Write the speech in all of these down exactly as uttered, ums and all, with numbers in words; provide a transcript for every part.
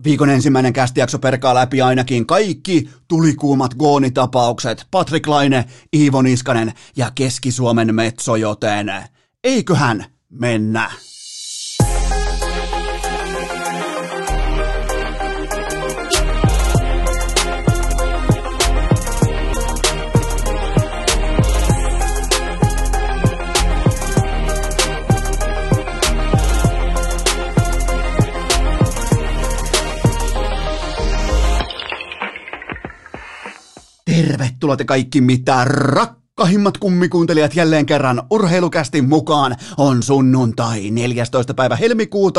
Viikon ensimmäinen kästijakso perkaa läpi ainakin kaikki tulikuumat goonitapaukset. Patrik Laine, Iivo Niskanen ja Keski-Suomen Metso, joten eiköhän mennä. Tervetuloa te kaikki mitä rakkahimmat kummikuuntelijat jälleen kerran Urheilukästin mukaan. On sunnuntai neljästoista päivä helmikuuta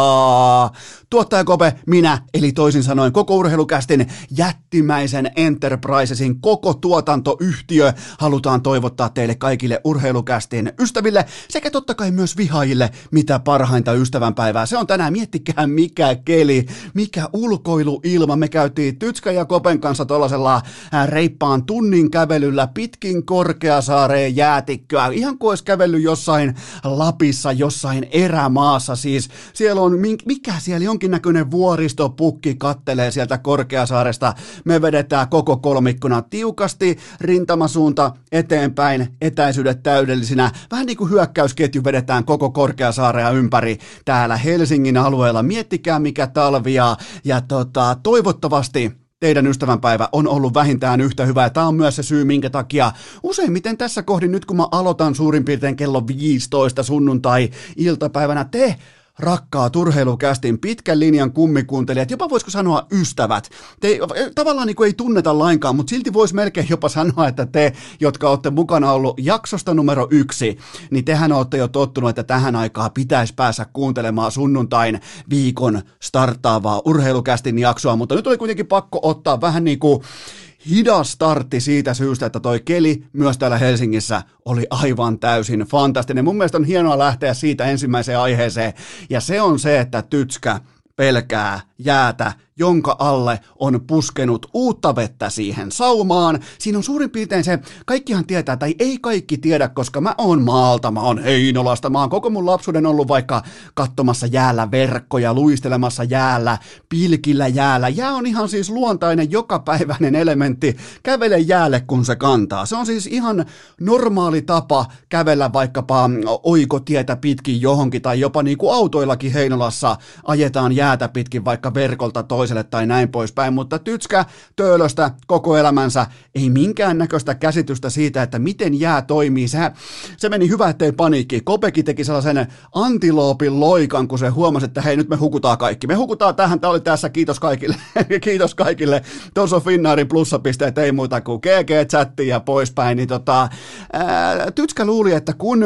ja tuottaja Kope, minä, eli toisin sanoen koko Urheilukästin jättimäisen Enterprisesin koko tuotantoyhtiö halutaan toivottaa teille kaikille Urheilukästin ystäville sekä totta kai myös vihaajille mitä parhainta ystävänpäivää. Se on tänään, miettikää mikä keli, mikä ulkoiluilma. Me käytiin Tytskä ja Kopen kanssa tuollaisella reippaan tunnin kävelyllä pitkin Korkeasaareen jäätikköä. Ihan kuin olisi kävellyt jossain Lapissa, jossain erämaassa. Siis siellä on, mikä siellä jonkinnäköinen vuoristopukki kattelee sieltä Korkeasaaresta. Me vedetään koko kolmikkona tiukasti, rintamasuunta eteenpäin, etäisyydet täydellisinä. Vähän niin kuin hyökkäysketju vedetään koko Korkeasaarea ympäri täällä Helsingin alueella. Miettikää mikä talvia ja tota, toivottavasti teidän ystävänpäivä on ollut vähintään yhtä hyvä, ja tämä on myös se syy, minkä takia useimmiten tässä kohdin, nyt kun mä aloitan suurin piirtein kello viisitoista sunnuntai-iltapäivänä, te rakkaat Urheilukästin pitkän linjan kummikuuntelijat, jopa voisiko sanoa ystävät. Te tavallaan niin kuin ei tunneta lainkaan, mutta silti voisi melkein jopa sanoa, että te, jotka olette mukana ollut jaksosta numero yksi, niin tehän olette jo tottunut, että tähän aikaan pitäisi päästä kuuntelemaan sunnuntain viikon starttaavaa Urheilukästin jaksoa, mutta nyt oli kuitenkin pakko ottaa vähän niin kuin hidas startti siitä syystä, että toi keli myös täällä Helsingissä oli aivan täysin fantastinen. Mun mielestä on hienoa lähteä siitä ensimmäiseen aiheeseen, ja se on se, että Tytskä pelkää jäätä, jonka alle on puskenut uutta vettä siihen saumaan. Siinä on suurin piirtein se, kaikkihan tietää, tai ei kaikki tiedä, koska mä oon maalta, mä oon Heinolasta, mä oon koko mun lapsuuden ollut vaikka katsomassa jäällä verkkoja, luistelemassa jäällä, pilkillä jäällä. Jää on ihan siis luontainen jokapäiväinen elementti, kävele jäälle kun se kantaa. Se on siis ihan normaali tapa kävellä vaikkapa oikotietä pitkin johonkin, tai jopa niin kuin autoillakin Heinolassa ajetaan jäätä pitkin vaikka verkolta toiselle tai näin poispäin, mutta Tytskä Töölöstä koko elämänsä ei minkäännäköistä käsitystä siitä, että miten jää toimii. Se, se meni hyvä, ettei paniikki. Kopekin teki sellaisen antiloopin loikan, kun se huomasi, että hei, nyt me hukutaan kaikki. Me hukutaan tähän, tämä oli tässä, kiitos kaikille. Kiitos kaikille. Tuossa on Finnairin plussapisteet, ei muuta kuin G G-chatti ja poispäin. Niin tota, ää, Tytskä luuli, että kun,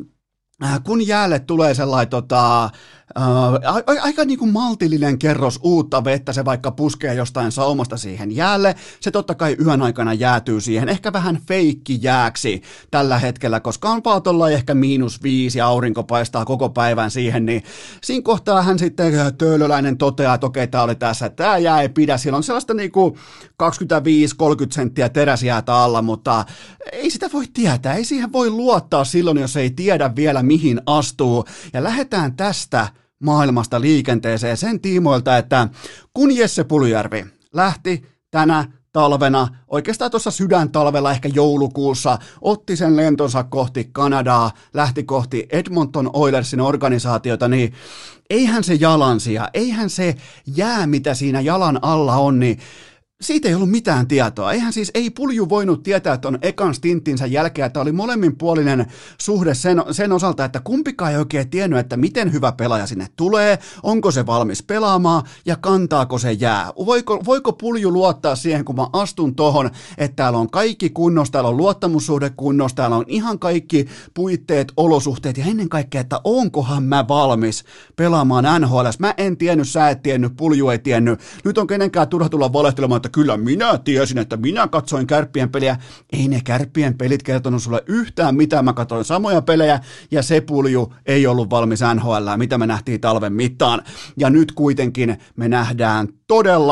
ää, kun jäälle tulee sellainen tota, Uh, aika niin kuin maltillinen kerros uutta vettä, se vaikka puskee jostain saumasta siihen jäälle, se totta kai yön aikana jäätyy siihen, ehkä vähän feikki jääksi tällä hetkellä, koska on paatolla ehkä miinus viisi ja aurinko paistaa koko päivän siihen, niin siinä kohtaa hän sitten töölöläinen toteaa, että okei, tämä oli tässä, tämä jää ei pidä, siellä on sellaista niin kuin kaksikymmentäviisi kolmekymmentä senttiä teräsjäätä alla, mutta ei sitä voi tietää, ei siihen voi luottaa silloin, jos ei tiedä vielä mihin astuu, ja lähdetään tästä maailmasta liikenteeseen sen tiimoilta, että kun Jesse Puljujärvi lähti tänä talvena, oikeastaan tuossa sydäntalvella ehkä joulukuussa, otti sen lentonsa kohti Kanadaa, lähti kohti Edmonton Oilersin organisaatiota, niin eihän se jalansija, eihän se jää, mitä siinä jalan alla on, niin siitä ei ollut mitään tietoa. Eihän siis, ei Pulju voinut tietää, että on ekan stinttinsä jälkeen, että oli molemminpuolinen suhde sen, sen osalta, että kumpikaan ei oikein tiennyt, että miten hyvä pelaaja sinne tulee, onko se valmis pelaamaan ja kantaako se jää. Voiko, voiko Pulju luottaa siihen, kun mä astun tohon, että täällä on kaikki kunnossa, täällä on luottamussuhde kunnossa, täällä on ihan kaikki puitteet, olosuhteet ja ennen kaikkea, että onkohan mä valmis pelaamaan N H L. Mä en tiennyt, sä et tiennyt, Pulju ei tiennyt. Nyt on kenenkään turha tulla valehtelemaan, että kyllä minä tiesin, että minä katsoin Kärppien peliä. Ei ne Kärppien pelit kertonut sulle yhtään mitään. Mä katsoin samoja pelejä ja se Pulju ei ollut valmis N H L, mitä me nähtiin talven mittaan. Ja nyt kuitenkin me nähdään todella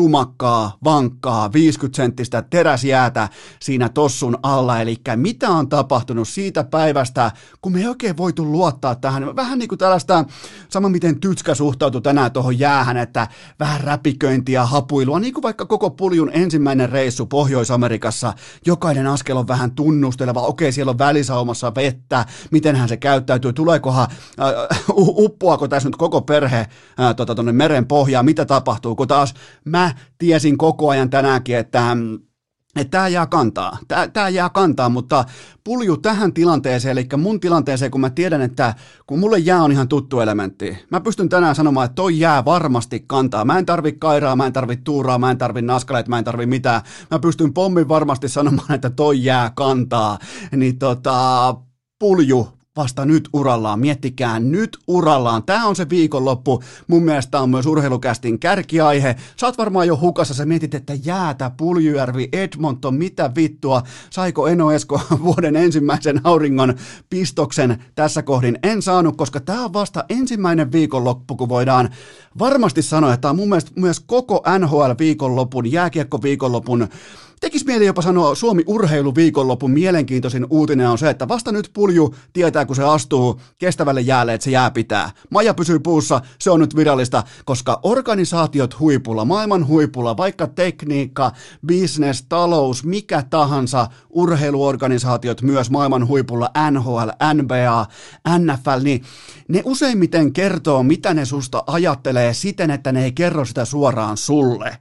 tumakkaa, vankkaa, viisikymmentä senttistä teräsjäätä siinä tossun alla, eli mitä on tapahtunut siitä päivästä, kun me ei oikein voitu luottaa tähän, vähän niin kuin tällaista, sama miten Tytskä suhtautui tänään tuohon jäähän, että vähän räpiköintiä, hapuilua, niin kuin vaikka koko Puljun ensimmäinen reissu Pohjois-Amerikassa, jokainen askel on vähän tunnusteleva, okei siellä on välisaumassa vettä, mitenhän se käyttäytyy, tuleekohan, äh, uppoako tässä nyt koko perhe äh, tota, tuonne meren pohjaan, mitä tapahtuu, kun taas mä tiesin koko ajan tänäänkin, että että tämä jää kantaa, tämä, tämä jää kantaa, mutta Pulju tähän tilanteeseen, eli mun tilanteeseen, kun mä tiedän, että kun mulle jää on ihan tuttu elementti, mä pystyn tänään sanomaan, että toi jää varmasti kantaa, mä en tarvi kairaa, mä en tarvi tuuraa, mä en tarvi naskaleita, mä en tarvi mitään, mä pystyn pommin varmasti sanomaan, että toi jää kantaa, niin tota, Pulju vasta nyt urallaan, miettikää nyt urallaan, tämä on se viikonloppu, mun mielestä on myös urheilukästin kärkiaihe, sä oot varmaan jo hukassa, sä mietit, että jäätä, Puljujärvi, Edmonton, mitä vittua, saiko Eno Esko vuoden ensimmäisen auringon pistoksen tässä kohdin, en saanut, koska tämä on vasta ensimmäinen viikonloppu, kun voidaan varmasti sanoa, että tämä on mun mielestä myös koko N H L-viikonlopun, jääkiekko-viikonlopun, tekisi mieli jopa sanoa Suomi urheiluviikonlopun mielenkiintoisin uutinen on se, että vasta nyt Pulju tietää, kun se astuu kestävälle jäälle, että se jää pitää. Maja pysyy puussa, se on nyt virallista, koska organisaatiot huipulla, maailman huipulla, vaikka tekniikka, business, talous, mikä tahansa, urheiluorganisaatiot myös maailman huipulla, N H L, N B A, N F L, niin ne useimmiten kertoo, mitä ne susta ajattelee siten, että ne ei kerro sitä suoraan sulle.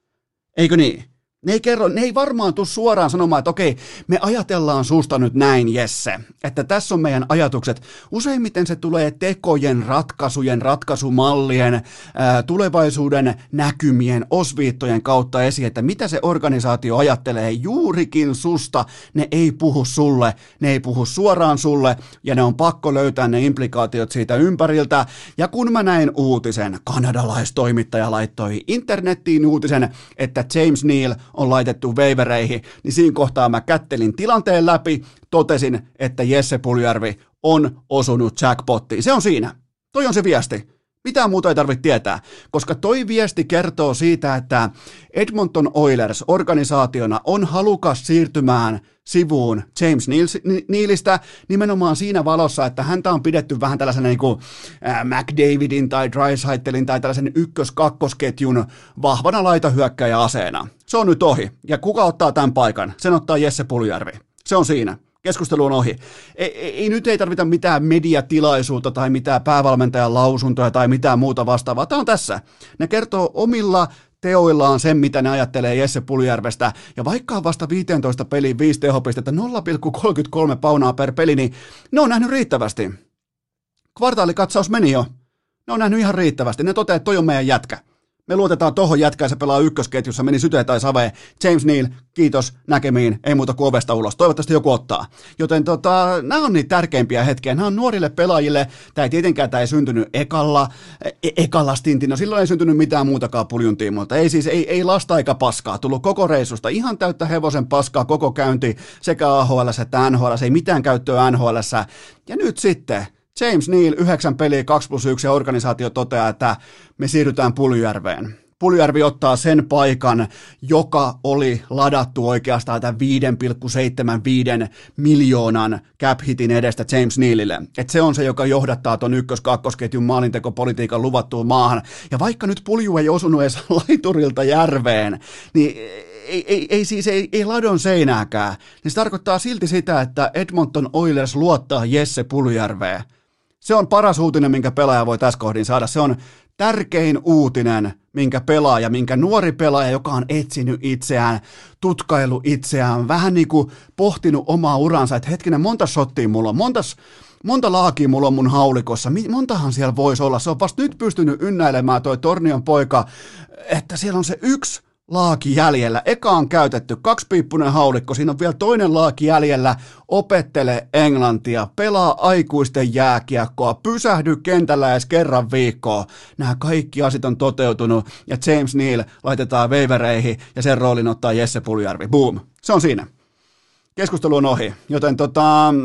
Eikö niin? Ne ei, kerro, ne ei varmaan tule suoraan sanomaan, että okei, me ajatellaan susta nyt näin, Jesse, että tässä on meidän ajatukset. Useimmiten se tulee tekojen, ratkaisujen, ratkaisumallien, ää, tulevaisuuden näkymien, osviittojen kautta esiin, että mitä se organisaatio ajattelee juurikin susta. Ne ei puhu sulle, ne ei puhu suoraan sulle, ja ne on pakko löytää ne implikaatiot siitä ympäriltä. Ja kun mä näin uutisen, kanadalaistoimittaja laittoi internettiin uutisen, että James Neal on laitettu veivereihin, niin siinä kohtaa mä kättelin tilanteen läpi, totesin, että Jesse Puljujärvi on osunut jackpottiin. Se on siinä. Toi on se viesti. Mitään muuta ei tarvitse tietää, koska toi viesti kertoo siitä, että Edmonton Oilers organisaationa on halukas siirtymään sivuun James Nealista nimenomaan siinä valossa, että häntä on pidetty vähän tällaisena niin kuin McDavidin tai Draisaitlin tai tällaisen ykkös-kakkosketjun vahvana laitahyökkäjäaseena. Se on nyt ohi. Ja kuka ottaa tämän paikan? Sen ottaa Jesse Puljujärvi. Se on siinä. Keskustelu on ohi. Ei, ei, ei, nyt ei tarvita mitään mediatilaisuutta tai mitään päävalmentajan lausuntoja tai mitään muuta vastaavaa. Tämä on tässä. Ne kertoo omilla teoillaan sen, mitä ne ajattelee Jesse Puljujärvestä. Ja vaikka on vasta viisitoista peliin viisi tehopistettä, nolla pilkku kolmekymmentäkolme paunaa per peli, niin ne on nähnyt riittävästi. Kvartaalikatsaus meni jo. Ne on nähnyt ihan riittävästi. Ne toteaa, että toi on meidän jätkä. Me luotetaan tohon jätkään, se pelaa ykkösketjussa, meni syteen tai saveen. James Neal, kiitos, näkemiin, ei muuta kuin ovesta ulos. Toivottavasti joku ottaa. Joten tota, nämä on niitä tärkeimpiä hetkiä. Nämä on nuorille pelaajille. Tämä ei tietenkään tämä ei syntynyt ekalla, e- ekalla stintin. No silloin ei syntynyt mitään muutakaan Puljun tiimoilta. Ei siis, ei, ei lasta eikä paskaa. Tullut koko reissusta. Ihan täyttä hevosen paskaa koko käynti sekä A H L että N H L. Ei mitään käyttöä N H L. Ja nyt sitten James Neal, yhdeksän peliä, kaksi plus yksi, ja organisaatio toteaa, että me siirrytään Puljujärveen. Puljujärvi ottaa sen paikan, joka oli ladattu oikeastaan tämän viisi pilkku seitsemänkymmentäviisi miljoonan cap-hitin edestä James Nealille. Että se on se, joka johdattaa ton ykkös-kakkosketjun maalintekopolitiikan luvattuun maahan. Ja vaikka nyt Pulju ei osunut edes laiturilta järveen, niin ei, ei, ei siis ei, ei ladon seinääkään. Niin se tarkoittaa silti sitä, että Edmonton Oilers luottaa Jesse Puljujärveen. Se on paras uutinen, minkä pelaaja voi tässä kohdin saada. Se on tärkein uutinen, minkä pelaaja, minkä nuori pelaaja, joka on etsinyt itseään, tutkailu itseään, vähän niin kuin pohtinut omaa uransa, että hetkinen, monta shottia mulla on, montas, monta laakia mulla on mun haulikossa, montahan siellä voisi olla. Se on vasta nyt pystynyt ynnäilemään toi Tornion poika, että siellä on se yksi laaki jäljellä. Eka on käytetty, kaksipiippunen haulikko, siinä on vielä toinen laaki jäljellä, opettele englantia, pelaa aikuisten jääkiekkoa, pysähdy kentällä edes kerran viikkoon. Nämä kaikki asiat on toteutunut ja James Neal laitetaan veivereihin ja sen roolin ottaa Jesse Puljujärvi. Boom. Se on siinä. Keskustelu on ohi, joten tota...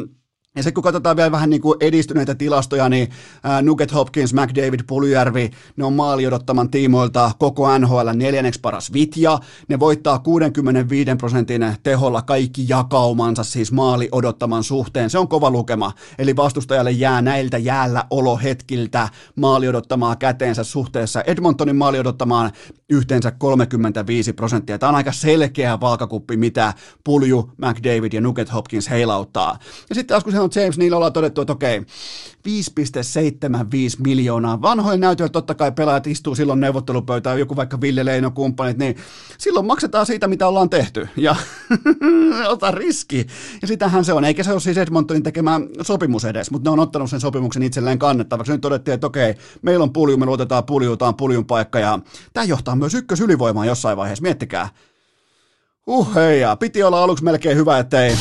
Ja se kun katsotaan vielä vähän niin kuin edistyneitä tilastoja, niin ää, Nugget Hopkins, McDavid, Puljujärvi, ne on maali odottaman tiimoilta koko N H L neljänneksi paras vitja. Ne voittaa kuusikymmentäviisi prosentin teholla kaikki jakaumansa, siis maali odottaman suhteen. Se on kova lukema. Eli vastustajalle jää näiltä jäällä olohetkiltä maali odottamaa käteensä suhteessa Edmontonin maali odottamaan yhteensä kolmekymmentäviisi prosenttia. Tämä on aika selkeä valkakuppi, mitä Pulju, McDavid ja Nugget Hopkins heilauttaa. Ja sitten taas kun se on James Neal, ollaan todettu, että okei, viisi pilkku seitsemänkymmentäviisi miljoonaa. Vanhoilla näytöillä totta kai pelaajat istuu silloin neuvottelupöytään, joku vaikka Ville Leino kumppanit, niin silloin maksetaan siitä, mitä ollaan tehty. Ja ota riski. Ja sitähän se on. Eikä se ole siis Edmontonin tekemä sopimus edes, mutta ne on ottanut sen sopimuksen itselleen kannettavaksi. Nyt todettiin, että okei, meillä on Pulju, me luotetaan Puljuun, tämä on Puljun paikka, ja tämä johtaa myös ykkösylivoimaan jossain vaiheessa. Miettikää. Uh, heijaa. Piti olla aluksi melkein hyvä, ettei.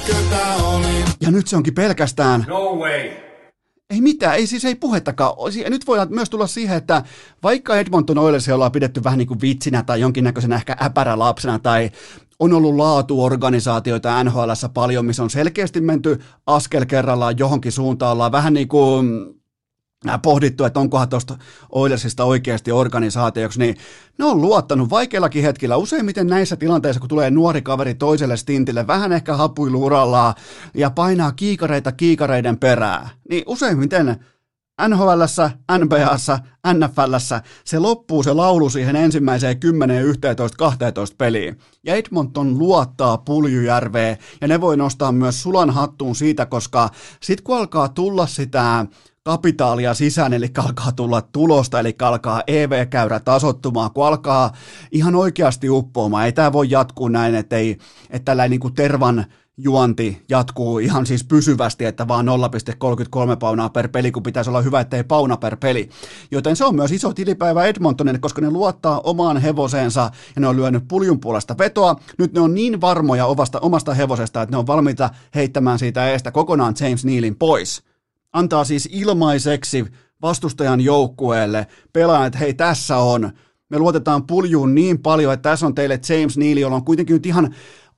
Ja nyt se onkin pelkästään. No way. Ei mitään, ei siis ei puhettakaan. Nyt voidaan myös tulla siihen, että vaikka Edmonton Oilersia ollaan pidetty vähän niin kuin vitsinä tai jonkinnäköisenä ehkä äpärälapsena tai on ollut laatuorganisaatioita N H L:ssä paljon, missä on selkeästi menty askel kerrallaan johonkin suuntaan, ollaan vähän niin kuin pohdittu, että onkohan tuosta Oilersista oikeasti organisaatioksi, niin ne on luottanut vaikeillakin hetkillä. Useimmiten näissä tilanteissa, kun tulee nuori kaveri toiselle stintille, vähän ehkä hapuiluurallaan ja painaa kiikareita kiikareiden perää, niin useimmiten N H L:ssä, N B A:ssa, N F L:ssä se loppuu se laulu siihen ensimmäiseen kymmenen, yksitoista, kaksitoista peliin. Ja Edmonton luottaa Puljujärveen ja ne voi nostaa myös sulan hattuun siitä, koska sit kun alkaa tulla sitä kapitaalia sisään, eli alkaa tulla tulosta, eli alkaa E V-käyrä tasottumaan, kun alkaa ihan oikeasti uppoamaan. Ei tämä voi jatkuu näin, että, ei, että tällainen niin kuin tervan juonti jatkuu ihan siis pysyvästi, että vaan nolla pilkku kolmekymmentäkolme paunaa per peli, kun pitäisi olla hyvä, ettei pauna per peli. Joten se on myös iso tilipäivä Edmontonille, koska ne luottaa omaan hevoseensa ja ne on lyönyt Puljun puolesta vetoa. Nyt ne on niin varmoja omasta, omasta hevosesta, että ne on valmiita heittämään siitä eestä kokonaan James Nealin pois. Antaa siis ilmaiseksi vastustajan joukkueelle pelaa, että hei, tässä on. Me luotetaan Puljuun niin paljon, että tässä on teille James Neal, jolla on kuitenkin nyt ihan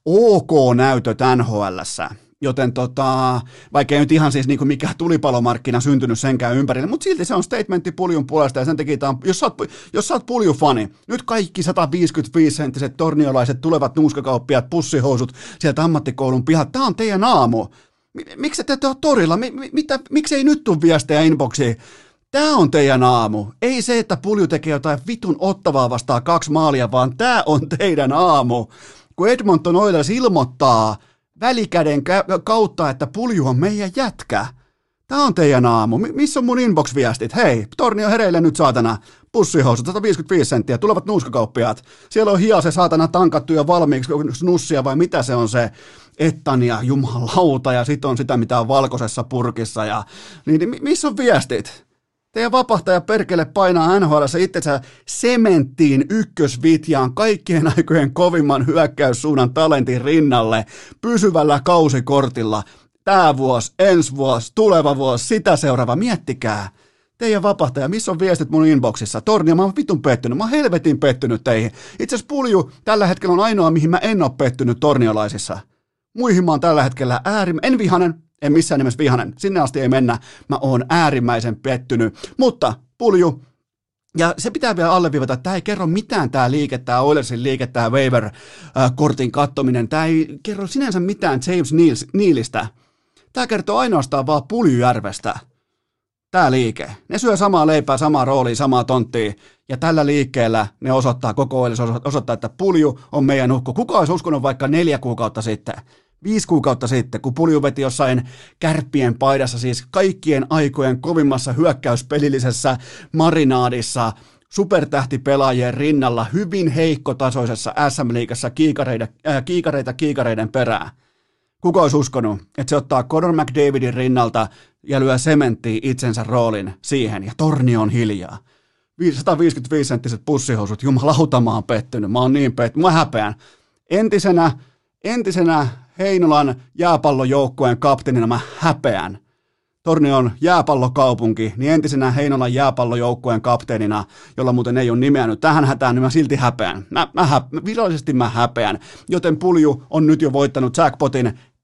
ok näytöt N H L:ssä. Joten tota, vaikka ei nyt ihan siis niinku mikään tulipalomarkkina syntynyt senkään ympärille, mutta silti se on statementti Puljun puolesta ja sen takia tämä on, jos sä oot, jos sä oot Pulju-fani, nyt kaikki sata viisikymmentäviisi senttiset torniolaiset tulevat nuuskakauppiaat, pussihousut sieltä ammattikoulun pihat, tämä on teidän aamu. Miksi te ette ole torilla? Mitä, miksi ei nyt tule viestejä inboxiin? Tämä on teidän aamu. Ei se, että Pulju tekee jotain vitun Ottavaa vastaan kaksi maalia, vaan tämä on teidän aamu. Kun Edmonton Oilers ilmoittaa välikäden kautta, että Pulju on meidän jätkä. Tämä on teidän aamu. Missä on mun inbox-viestit? Hei, torni on hereille nyt saatana. Pussihousut, sata viisikymmentäviisi senttiä, tulevat nuuskakauppiaat. Siellä on hia se saatana tankattu jo valmiiksi, snussia vai mitä se on se ettania, jumalauta, ja sitten on sitä, mitä on valkoisessa purkissa. Ja, niin, missä on viestit? Teidän vapahtaja perkele painaa N H L:ssä itsensä sementtiin ykkösvitjaan kaikkien aikojen kovimman hyökkäyssuunnan talentin rinnalle pysyvällä kausikortilla. Tämä vuosi, ensi vuosi, tuleva vuosi, sitä seuraava, miettikää. Teidän vapahtaja, missä on viestit mun inboxissa? Tornia, mä oon vitun pettynyt, mä oon helvetin pettynyt teihin. Itse asiassa Pulju tällä hetkellä on ainoa, mihin mä en oo pettynyt torniolaisissa. Muihin mä oon tällä hetkellä äärimmäisen, en vihanen, en missään nimessä vihanen, sinne asti ei mennä, mä oon äärimmäisen pettynyt. Mutta Pulju, ja se pitää vielä alleviivata, että tämä ei kerro mitään tämä liike, tämä Oilersin liike, tämä waiver-kortin kattominen, tämä ei kerro sinänsä mitään James Nealista. Tämä kertoo ainoastaan vaan Puljujärvestä, tämä liike. Ne syö samaa leipää, samaa roolia, samaa tonttia, ja tällä liikkeellä ne osoittaa, koko Oilers osoittaa, että Pulju on meidän uhko. Kuka olisi uskonut vaikka neljä kuukautta sitten, viisi kuukautta sitten, kun Pulju veti jossain Kärppien paidassa, siis kaikkien aikojen kovimmassa hyökkäyspelillisessä marinaadissa, supertähtipelaajien rinnalla, hyvin heikkotasoisessa S M-liigassa kiikareita, äh, kiikareita kiikareiden perään. Kuka olisi uskonut, että se ottaa Conor McDavidin rinnalta ja lyö sementtiin itsensä roolin siihen, ja torni on hiljaa. sata viisikymmentäviisi senttiset pussihousut, jumalauta, mä oon pettynyt, mä oon niin pettynyt, mä häpeän. Entisenä, entisenä Heinolan jääpallojoukkueen kapteenina mä häpeän. Tornio on jääpallokaupunki, niin entisenä Heinolan jääpallojoukkueen kapteenina, jolla muuten ei ole nimeä nyt tähän hätään, niin mä silti häpeän. Mä, mä häp, virallisesti mä häpeän. Joten Pulju on nyt jo voittanut jackpotin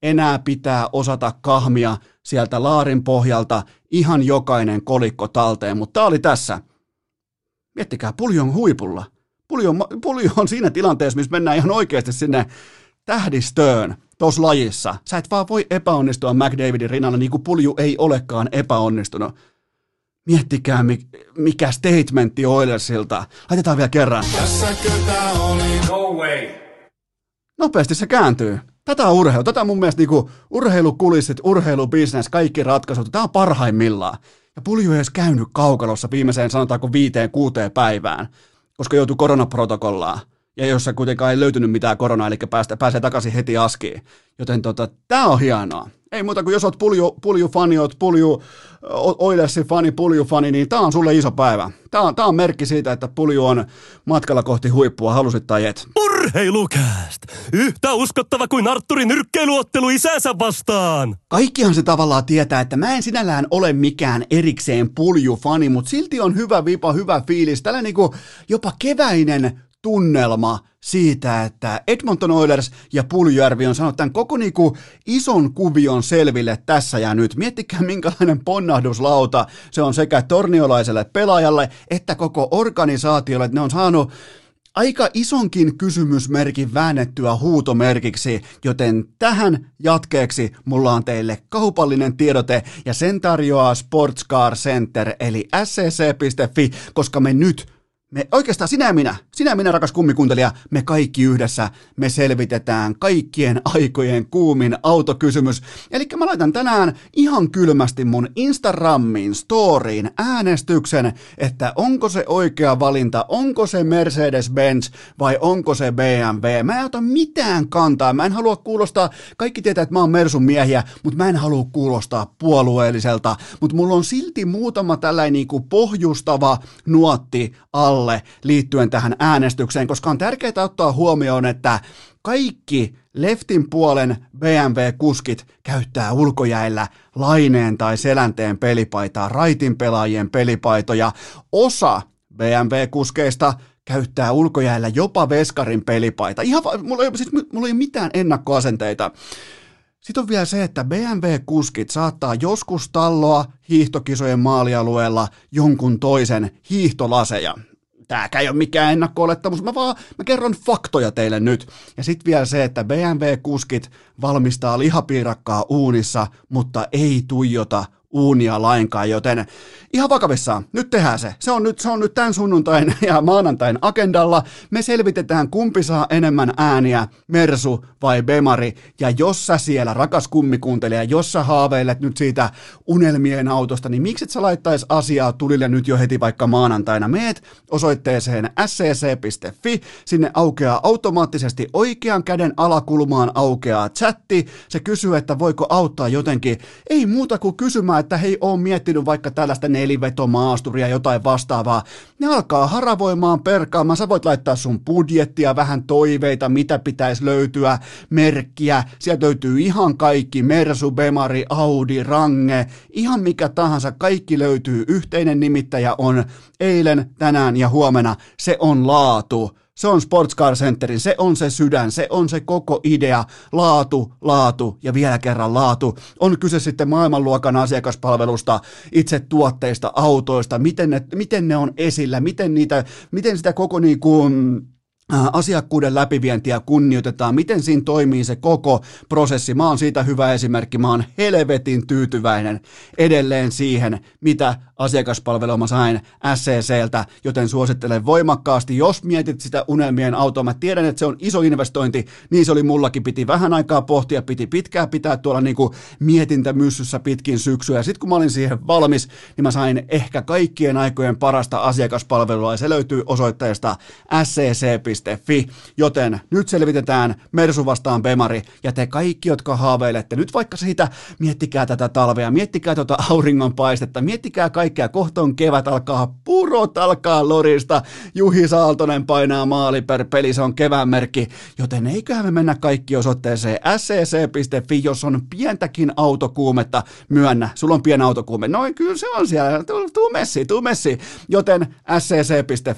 enää pitää osata kahmia sieltä laarin pohjalta ihan jokainen kolikko talteen, mutta tää oli tässä. Miettikää, Pulju on huipulla. Pulju on, Pulju on siinä tilanteessa, missä mennään ihan oikeasti sinne tähdistöön tuossa lajissa. Sä et vaan voi epäonnistua McDavidin rinnalla, niin kuin Pulju ei olekaan epäonnistunut. Miettikää, mikä statementti Oilersilta. Laitetaan vielä kerran. Tässäkö tää oli? No way. Nopeasti se kääntyy. Tätä on urheilu. Tätä on mun mielestä niinku urheilukulissit, urheilubisnes, kaikki ratkaisut. Tämä on parhaimmillaan. Ja Pulju ei edes käynyt kaukalossa viimeiseen sanotaanko viiteen, kuuteen päivään, koska joutui koronaprotokollaan. Ja jossa kuitenkaan ei löytynyt mitään koronaa, eli päästä, pääsee takaisin heti askiin. Joten tota, tää on hienoa. Ei muuta kuin jos oot Pulju, Pulju-fani, oot Pulju, Oilersin fani, Pulju-fani, niin tää on sulle iso päivä. Tää on, tää on merkki siitä, että Pulju on matkalla kohti huippua, halusit tai et. Urheilukääst! Yhtä uskottava kuin Artturin nyrkkeiluottelu isänsä vastaan! Kaikkihan se tavallaan tietää, että mä en sinällään ole mikään erikseen Pulju-fani, mutta silti on hyvä vipa, hyvä fiilis. Tällä niinku jopa keväinen tunnelma siitä, että Edmonton Oilers ja Puljujärvi on saanut tämän koko niinku ison kuvion selville tässä ja nyt. Miettikää minkälainen ponnahduslauta se on sekä torniolaiselle pelaajalle että koko organisaatiolle, että ne on saanut aika isonkin kysymysmerkin väännettyä huutomerkiksi, joten tähän jatkeeksi mulla on teille kaupallinen tiedote ja sen tarjoaa Sportscar Center eli S C C piste F I, koska me nyt Me, oikeastaan sinä ja minä, sinä ja minä rakas kummikuuntelija, me kaikki yhdessä, me selvitetään kaikkien aikojen kuumin autokysymys. Eli mä laitan tänään ihan kylmästi mun Instagramin storyin äänestyksen, että onko se oikea valinta, onko se Mercedes-Benz vai onko se B M W. Mä en ota mitään kantaa, mä en halua kuulostaa, kaikki tietää, että mä oon Mersun miehiä, mutta mä en halua kuulostaa puolueelliselta, mutta mulla on silti muutama tällainen niinku pohjustava nuotti alle liittyen tähän äänestykseen, koska on tärkeää ottaa huomioon, että kaikki leftin puolen B M W-kuskit käyttää ulkojäillä Laineen tai Selänteen pelipaitaa, raitin pelaajien pelipaitoja. Osa B M W-kuskeista käyttää ulkojäillä jopa veskarin pelipaita. Ihan, mulla, ei, siis, mulla ei ole mitään ennakkoasenteita. Sitten on vielä se, että B M W-kuskit saattaa joskus talloa hiihtokisojen maalialueella jonkun toisen hiihtolaseja. Tääkään ei ole mikään ennakko-olettamus, mä vaan mä kerron faktoja teille nyt. Ja sitten vielä se, että B M W-kuskit valmistaa lihapiirakkaa uunissa, mutta ei tuijota uunia lainkaan, joten ihan vakavissaan, nyt tehdään se. Se on nyt, se on nyt tämän sunnuntain ja maanantain agendalla. Me selvitetään, kumpi saa enemmän ääniä, Mersu vai Bemari. Ja jos sä siellä, rakas kummikuuntelija, jos sä haaveilet nyt siitä unelmien autosta, niin miksi et sä laittaisi asiaa tulille nyt jo heti vaikka maanantaina? Meet osoitteeseen s c c piste f i, sinne aukeaa automaattisesti oikean käden alakulmaan aukeaa chatti. Se kysyy, että voiko auttaa jotenkin. Ei muuta kuin kysymään, että hei, oon miettinyt vaikka tällaista nelivetomaasturia, jotain vastaavaa. Ne alkaa haravoimaan, perkaamaan. Sä voit laittaa sun budjettia, vähän toiveita, mitä pitäisi löytyä, merkkiä. Sieltä löytyy ihan kaikki, Mersu, Bemari, Audi, Range, ihan mikä tahansa. Kaikki löytyy. Yhteinen nimittäjä on eilen, tänään ja huomenna. Se on laatu. Se on Sportscar Centerin, se on se sydän, se on se koko idea, laatu, laatu ja vielä kerran laatu. On kyse sitten maailmanluokan asiakaspalvelusta, itse tuotteista, autoista, miten ne, miten ne on esillä, miten, niitä, miten sitä koko niin kuin asiakkuuden läpivientiä kunnioitetaan, miten siinä toimii se koko prosessi. Mä oon siitä hyvä esimerkki, mä oon helvetin tyytyväinen edelleen siihen, mitä asiakaspalvelua mä sain S C C:ltä, joten suosittelen voimakkaasti, jos mietit sitä unelmien autoa, mä tiedän, että se on iso investointi, niin se oli mullakin, piti vähän aikaa pohtia, piti pitkään pitää tuolla niinku mietintämyssyssä pitkin syksyä, ja sit kun mä olin siihen valmis, niin mä sain ehkä kaikkien aikojen parasta asiakaspalvelua, ja se löytyy osoitteesta s c c piste f i, joten nyt selvitetään Mersu vastaan Bemari, ja te kaikki, jotka haaveilette, nyt vaikka siitä, miettikää tätä talvea, miettikää tuota auringonpaistetta, miettikää kaikkea, kohta on kevät, alkaa purot, alkaa lorista, Juhi Saaltonen painaa maali per peli, se on kevään merkki, joten eiköhän me mennä kaikki osoitteeseen s c c piste f i, jos on pientäkin autokuumetta, myönnä, sulla on pieni autokuume, no kyllä se on siellä, tuu messi, tuu messi, joten s c c piste f i,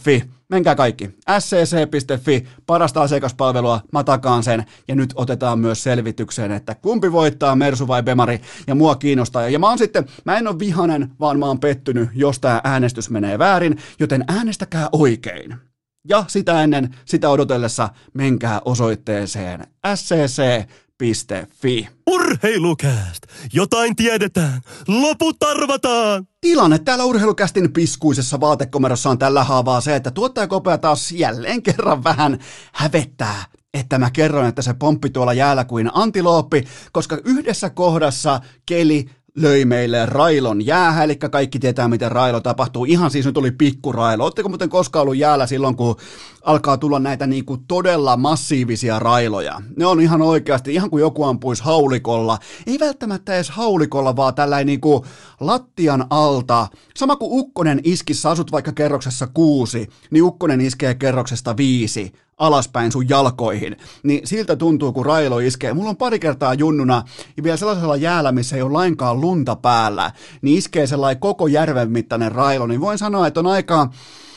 Menkää kaikki. S C C piste F I, parasta asiakaspalvelua, mä takaan sen. Ja nyt otetaan myös selvitykseen, että kumpi voittaa, Mersu vai Bemari. Ja mua kiinnostaa. Ja mä oon sitten, mä en ole vihanen, vaan mä oon pettynyt, jos tää äänestys menee väärin. Joten äänestäkää oikein. Ja sitä ennen, sitä odotellessa, menkää osoitteeseen S C C piste F I. Urheilukääst! Jotain tiedetään, loput arvataan! Tilanne täällä Urheilukästin piskuisessa vaatekomerossa on tällä haavaa se, että tuottajakopea taas jälleen kerran vähän hävettää, että mä kerron, että se pomppi tuolla jäällä kuin antilooppi, koska yhdessä kohdassa keli löi meille railon jäähän, eli kaikki tietää, miten railo tapahtuu. Ihan siis nyt oli pikkurailo. Oletteko muuten koskaan ollut jäällä silloin, kun alkaa tulla näitä niin kuin todella massiivisia railoja? Ne on ihan oikeasti, ihan kuin joku ampuisi haulikolla. Ei välttämättä edes haulikolla, vaan tällainen niin kuin lattian alta. Sama kuin ukkonen iskissä, asut vaikka kerroksessa kuusi, niin ukkonen iskee kerroksesta viisi alaspäin sun jalkoihin, niin siltä tuntuu, kun railo iskee. Mulla on pari kertaa junnuna, ja vielä sellaisella jäällä, missä ei ole lainkaan lunta päällä, niin iskee sellainen koko järven mittainen railo, niin voin sanoa, että on aika,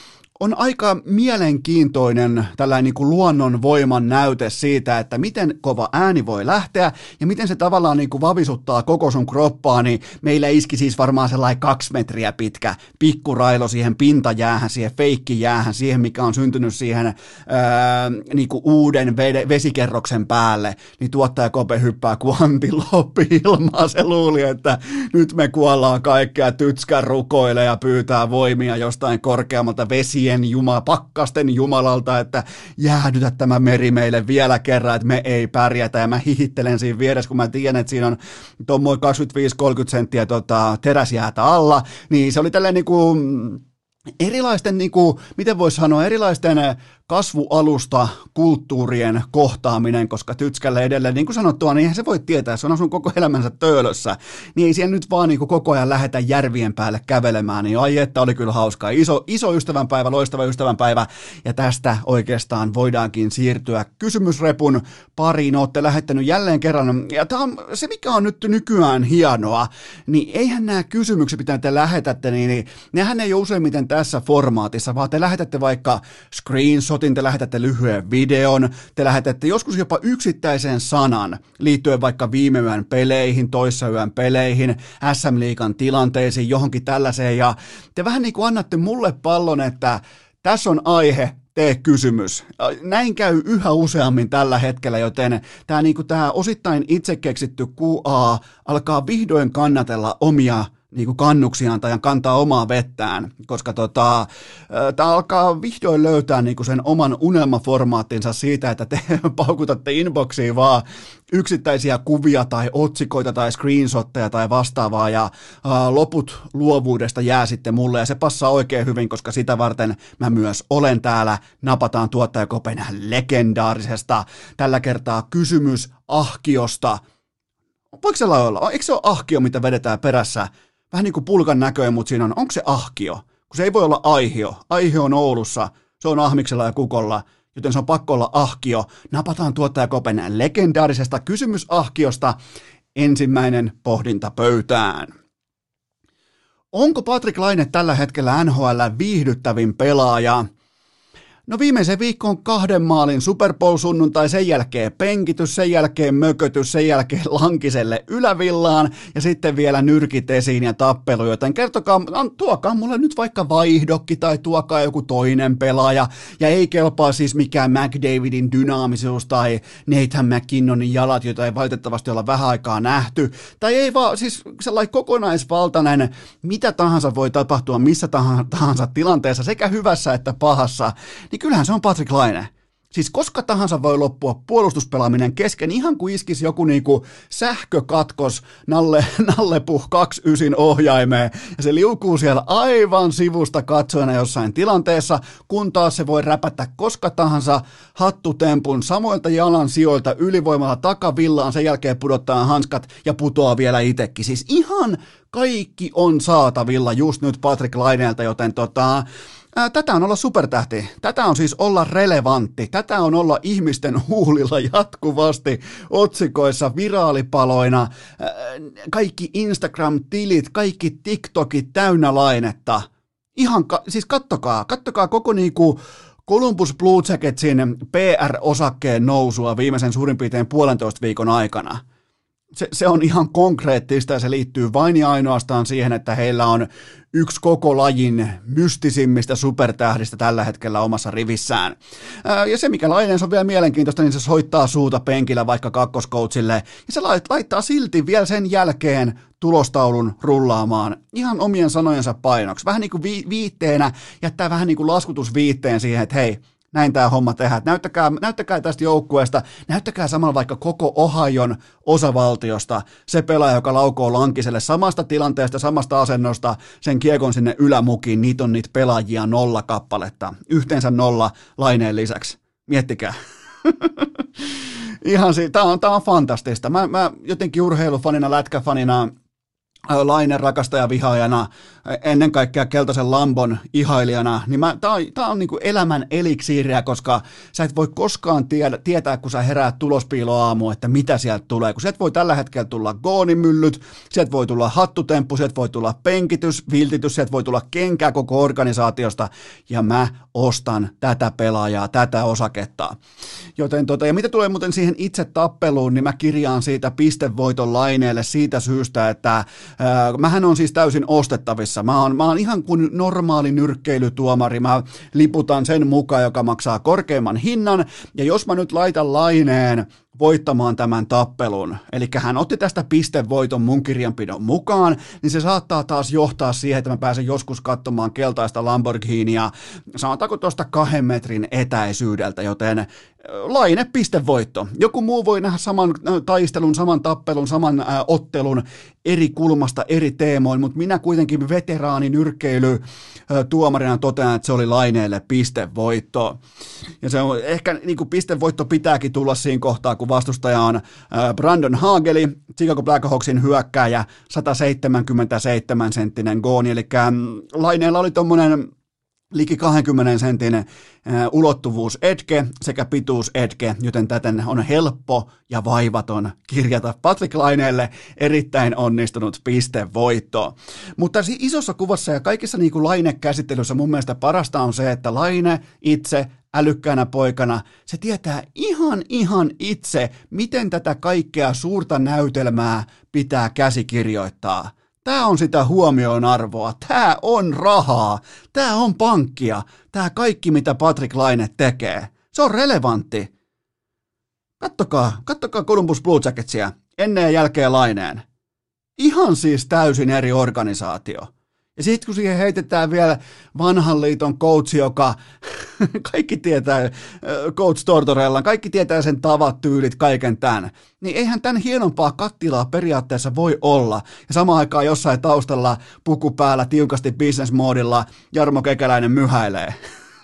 on aika mielenkiintoinen tällainen niin kuin luonnon voiman näyte siitä, että miten kova ääni voi lähteä, ja miten se tavallaan niin kuin vavisuttaa koko sun kroppaa, niin meillä iski siis varmaan sellainen kaksi metriä pitkä pikkurailo siihen pintajäähän, siihen feikkijäähän, siihen mikä on syntynyt siihen ää, niin kuin uuden vede, vesikerroksen päälle, niin tuottaja Kope hyppää kuin antiloppi ilmaa, se luuli, että nyt me kuollaan kaikkea, tytskä rukoilee ja pyytää voimia jostain korkeammalta vesien Jumala, pakkasten jumalalta, että jäädytä tämä meri meille vielä kerran, että me ei pärjätä, ja mä hihittelen siinä vieressä, kun mä tiedän, että siinä on tuommoin kaksikymmentäviisi kolmekymmentä senttiä tota, teräsjäätä alla, niin se oli tälleen niinku erilaisten, niinku, miten voisi sanoa, erilaisten kasvualusta kulttuurien kohtaaminen, koska tytskälle edelleen, niin kuin sanottua, niin eihän se voi tietää, se on asunut koko elämänsä töölössä, niin ei siellä nyt vaan niin kuin koko ajan lähetä järvien päälle kävelemään, niin ai että oli kyllä hauskaa. Iso, iso ystävänpäivä, loistava ystävänpäivä, ja tästä oikeastaan voidaankin siirtyä kysymysrepun pariin. Olette lähettänyt jälleen kerran, ja tämä on se, mikä on nyt nykyään hienoa, niin eihän nämä kysymykset, mitä te lähetätte, niin, niin nehän ei ole useimmiten tässä formaatissa, vaan te lähetätte vaikka screenshot, te lähetätte lyhyen videon, te lähetätte joskus jopa yksittäisen sanan liittyen vaikka viime yön peleihin, toissa yön peleihin, S M-liigan tilanteisiin, johonkin tällaiseen, ja te vähän niin kuin annatte mulle pallon, että tässä on aihe, tee kysymys. Näin käy yhä useammin tällä hetkellä, joten tämä, niin kuin tämä osittain itse keksitty Q A alkaa vihdoin kannatella omia niin kuin kannuksiaan tai kantaa omaa vettään, koska tota, tämä alkaa vihdoin löytää niin kuin sen oman unelmaformaattinsa siitä, että te paukutatte inboxiin vaan yksittäisiä kuvia tai otsikoita tai screenshotteja tai vastaavaa, ja ää, loput luovuudesta jää sitten mulle, ja se passaa oikein hyvin, koska sitä varten mä myös olen täällä. Napataan tuottajakopen legendaarisesta, tällä kertaa kysymys ahkiosta. Voiko se olla? Eikö se ole ahkio, mitä vedetään perässä? Vähän niin kuin pulkan näköinen, mutta siinä on, onko se ahkio? Kun se ei voi olla aihio. Aihio on Oulussa, se on Ahmiksella ja Kukolla, joten se on pakko olla ahkio. Napataan tuottajakopen legendaarisesta kysymysahkiosta ensimmäinen pohdinta pöytään. Onko Patrik Laine tällä hetkellä N H L:n viihdyttävin pelaaja? No viimeisen viikon kahden maalin Super Bowl-sunnuntai, sen jälkeen penkitys, sen jälkeen mökötys, sen jälkeen Lankiselle ylävillaan ja sitten vielä nyrkit esiin ja tappelu, joten kertokaa, tuokaa mulle nyt vaikka vaihdokki tai tuokaa joku toinen pelaaja, ja ei kelpaa siis mikään McDavidin dynaamisuus tai Nathan McKinnonin jalat, joita ei valitettavasti olla vähän aikaa nähty, tai ei vaan siis sellainen kokonaisvaltainen, mitä tahansa voi tapahtua missä tahansa tilanteessa, sekä hyvässä että pahassa, niin kyllähän se on Patrik Laine. Siis koska tahansa voi loppua puolustuspelaaminen kesken, ihan kuin iskisi joku niinku sähkökatkos Nalle, Nallepuh kaksikymmentäyhdeksän ohjaimeen, ja se liukuu siellä aivan sivusta katsojana jossain tilanteessa, kun taas se voi räpätä koska tahansa hattutempun samoilta jalan sijoilta ylivoimalla takavillaan, sen jälkeen pudottaa hanskat ja putoaa vielä itsekin. Siis ihan kaikki on saatavilla just nyt Patrik Laineelta, joten tota... Ää, tätä on olla supertähti, tätä on siis olla relevantti, tätä on olla ihmisten huulilla jatkuvasti otsikoissa, viraalipaloina, ää, kaikki Instagram-tilit, kaikki TikTokit täynnä Lainetta. Ihan, ka- siis kattokaa, kattokaa koko niinku Columbus Blue Jacketsin P R-osakkeen nousua viimeisen suurin piirtein puolentoista viikon aikana. Se, se on ihan konkreettista ja se liittyy vain ja ainoastaan siihen, että heillä on yksi koko lajin mystisimmistä supertähdistä tällä hetkellä omassa rivissään. Ää, ja se, mikä Laineen on vielä mielenkiintoista, niin se soittaa suuta penkillä vaikka kakkoskoutsille, ja se laittaa silti vielä sen jälkeen tulostaulun rullaamaan ihan omien sanojensa painoksi. Vähän niin kuin vi- viitteenä, jättää vähän niin kuin laskutusviitteen siihen, että hei, näin tämä homma tehdään. Näyttäkää, näyttäkää tästä joukkueesta, näyttäkää samalla vaikka koko Ohion osavaltiosta se pelaaja, joka laukoo Lankiselle samasta tilanteesta, samasta asennosta sen kiekon sinne ylämukiin. Niitä on niitä pelaajia nolla kappaletta. Yhteensä nolla Laineen lisäksi. Miettikää. Ihan si- tämä on, tää on fantastista. Mä, mä jotenkin urheilufanina, lätkäfanina, Laine rakastaja vihaajana, ennen kaikkea keltaisen Lambon ihailijana, niin tämä on, tää on niinku elämän eliksiiriä, koska sä et voi koskaan tiedä, tietää, kun sä heräät tulospiiloaamu, että mitä sieltä tulee, kun sieltä voi tällä hetkellä tulla goonimyllyt, sieltä voi tulla hattutemppu, sieltä voi tulla penkitys, viltitys, sieltä voi tulla kenkää koko organisaatiosta, ja mä ostan tätä pelaajaa, tätä osaketta. Joten tota, ja mitä tulee muuten siihen itse tappeluun, niin mä kirjaan siitä pistevoiton Laineelle siitä syystä, että Äh, mähän on siis täysin ostettavissa. Mä oon, mä oon ihan kuin normaali nyrkkeilytuomari. Mä liputan sen mukaan, joka maksaa korkeimman hinnan. Ja jos mä nyt laitan Laineen voittamaan tämän tappelun, eli hän otti tästä pistevoiton mun kirjanpidon mukaan, niin se saattaa taas johtaa siihen, että mä pääsen joskus katsomaan keltaista Lamborghinia, sanotaanko tuosta kahden metrin etäisyydeltä, joten Laine pistevoitto. Joku muu voi nähdä saman taistelun, saman tappelun, saman ä, ottelun eri kulmasta, eri teemoin, mutta minä kuitenkin veteraani nyrkkeily ä, tuomarina totean, että se oli Laineelle pistevoitto. Ja se on ehkä niin kuin pistevoitto pitääkin tulla siinä kohtaa, kun vastustaja on ä, Brandon Hageli, Chicago Blackhawksin hyökkääjä, sata seitsemänkymmentäseitsemän senttinen gooni, eli Laineella oli tommonen liki kaksikymmentä sentin ulottuvuus etke sekä pituus etke, joten täten on helppo ja vaivaton kirjata Patrik Laineelle erittäin onnistunut pistevoitto. Mutta isossa kuvassa ja kaikissa niin kuin Laine-käsittelyssä mun mielestä parasta on se, että Laine itse älykkäänä poikana, se tietää ihan ihan itse, miten tätä kaikkea suurta näytelmää pitää käsikirjoittaa. Tämä on sitä huomionarvoa, tämä on rahaa, tämä on pankkia, tämä kaikki mitä Patrik Laine tekee, se on relevantti. Kattokaa, kattokaa Columbus Blue Jacketsia ennen ja jälkeen Laineen. Ihan siis täysin eri organisaatio. Ja sitten kun siihen heitetään vielä vanhan liiton coach, joka kaikki tietää, coach Tortorella, kaikki tietää sen tavat, tyylit, kaiken tämän, niin eihän tämän hienompaa kattilaa periaatteessa voi olla. Ja samaan aikaan jossain taustalla puku päällä tiukasti business-moodilla Jarmo Kekäläinen myhäilee.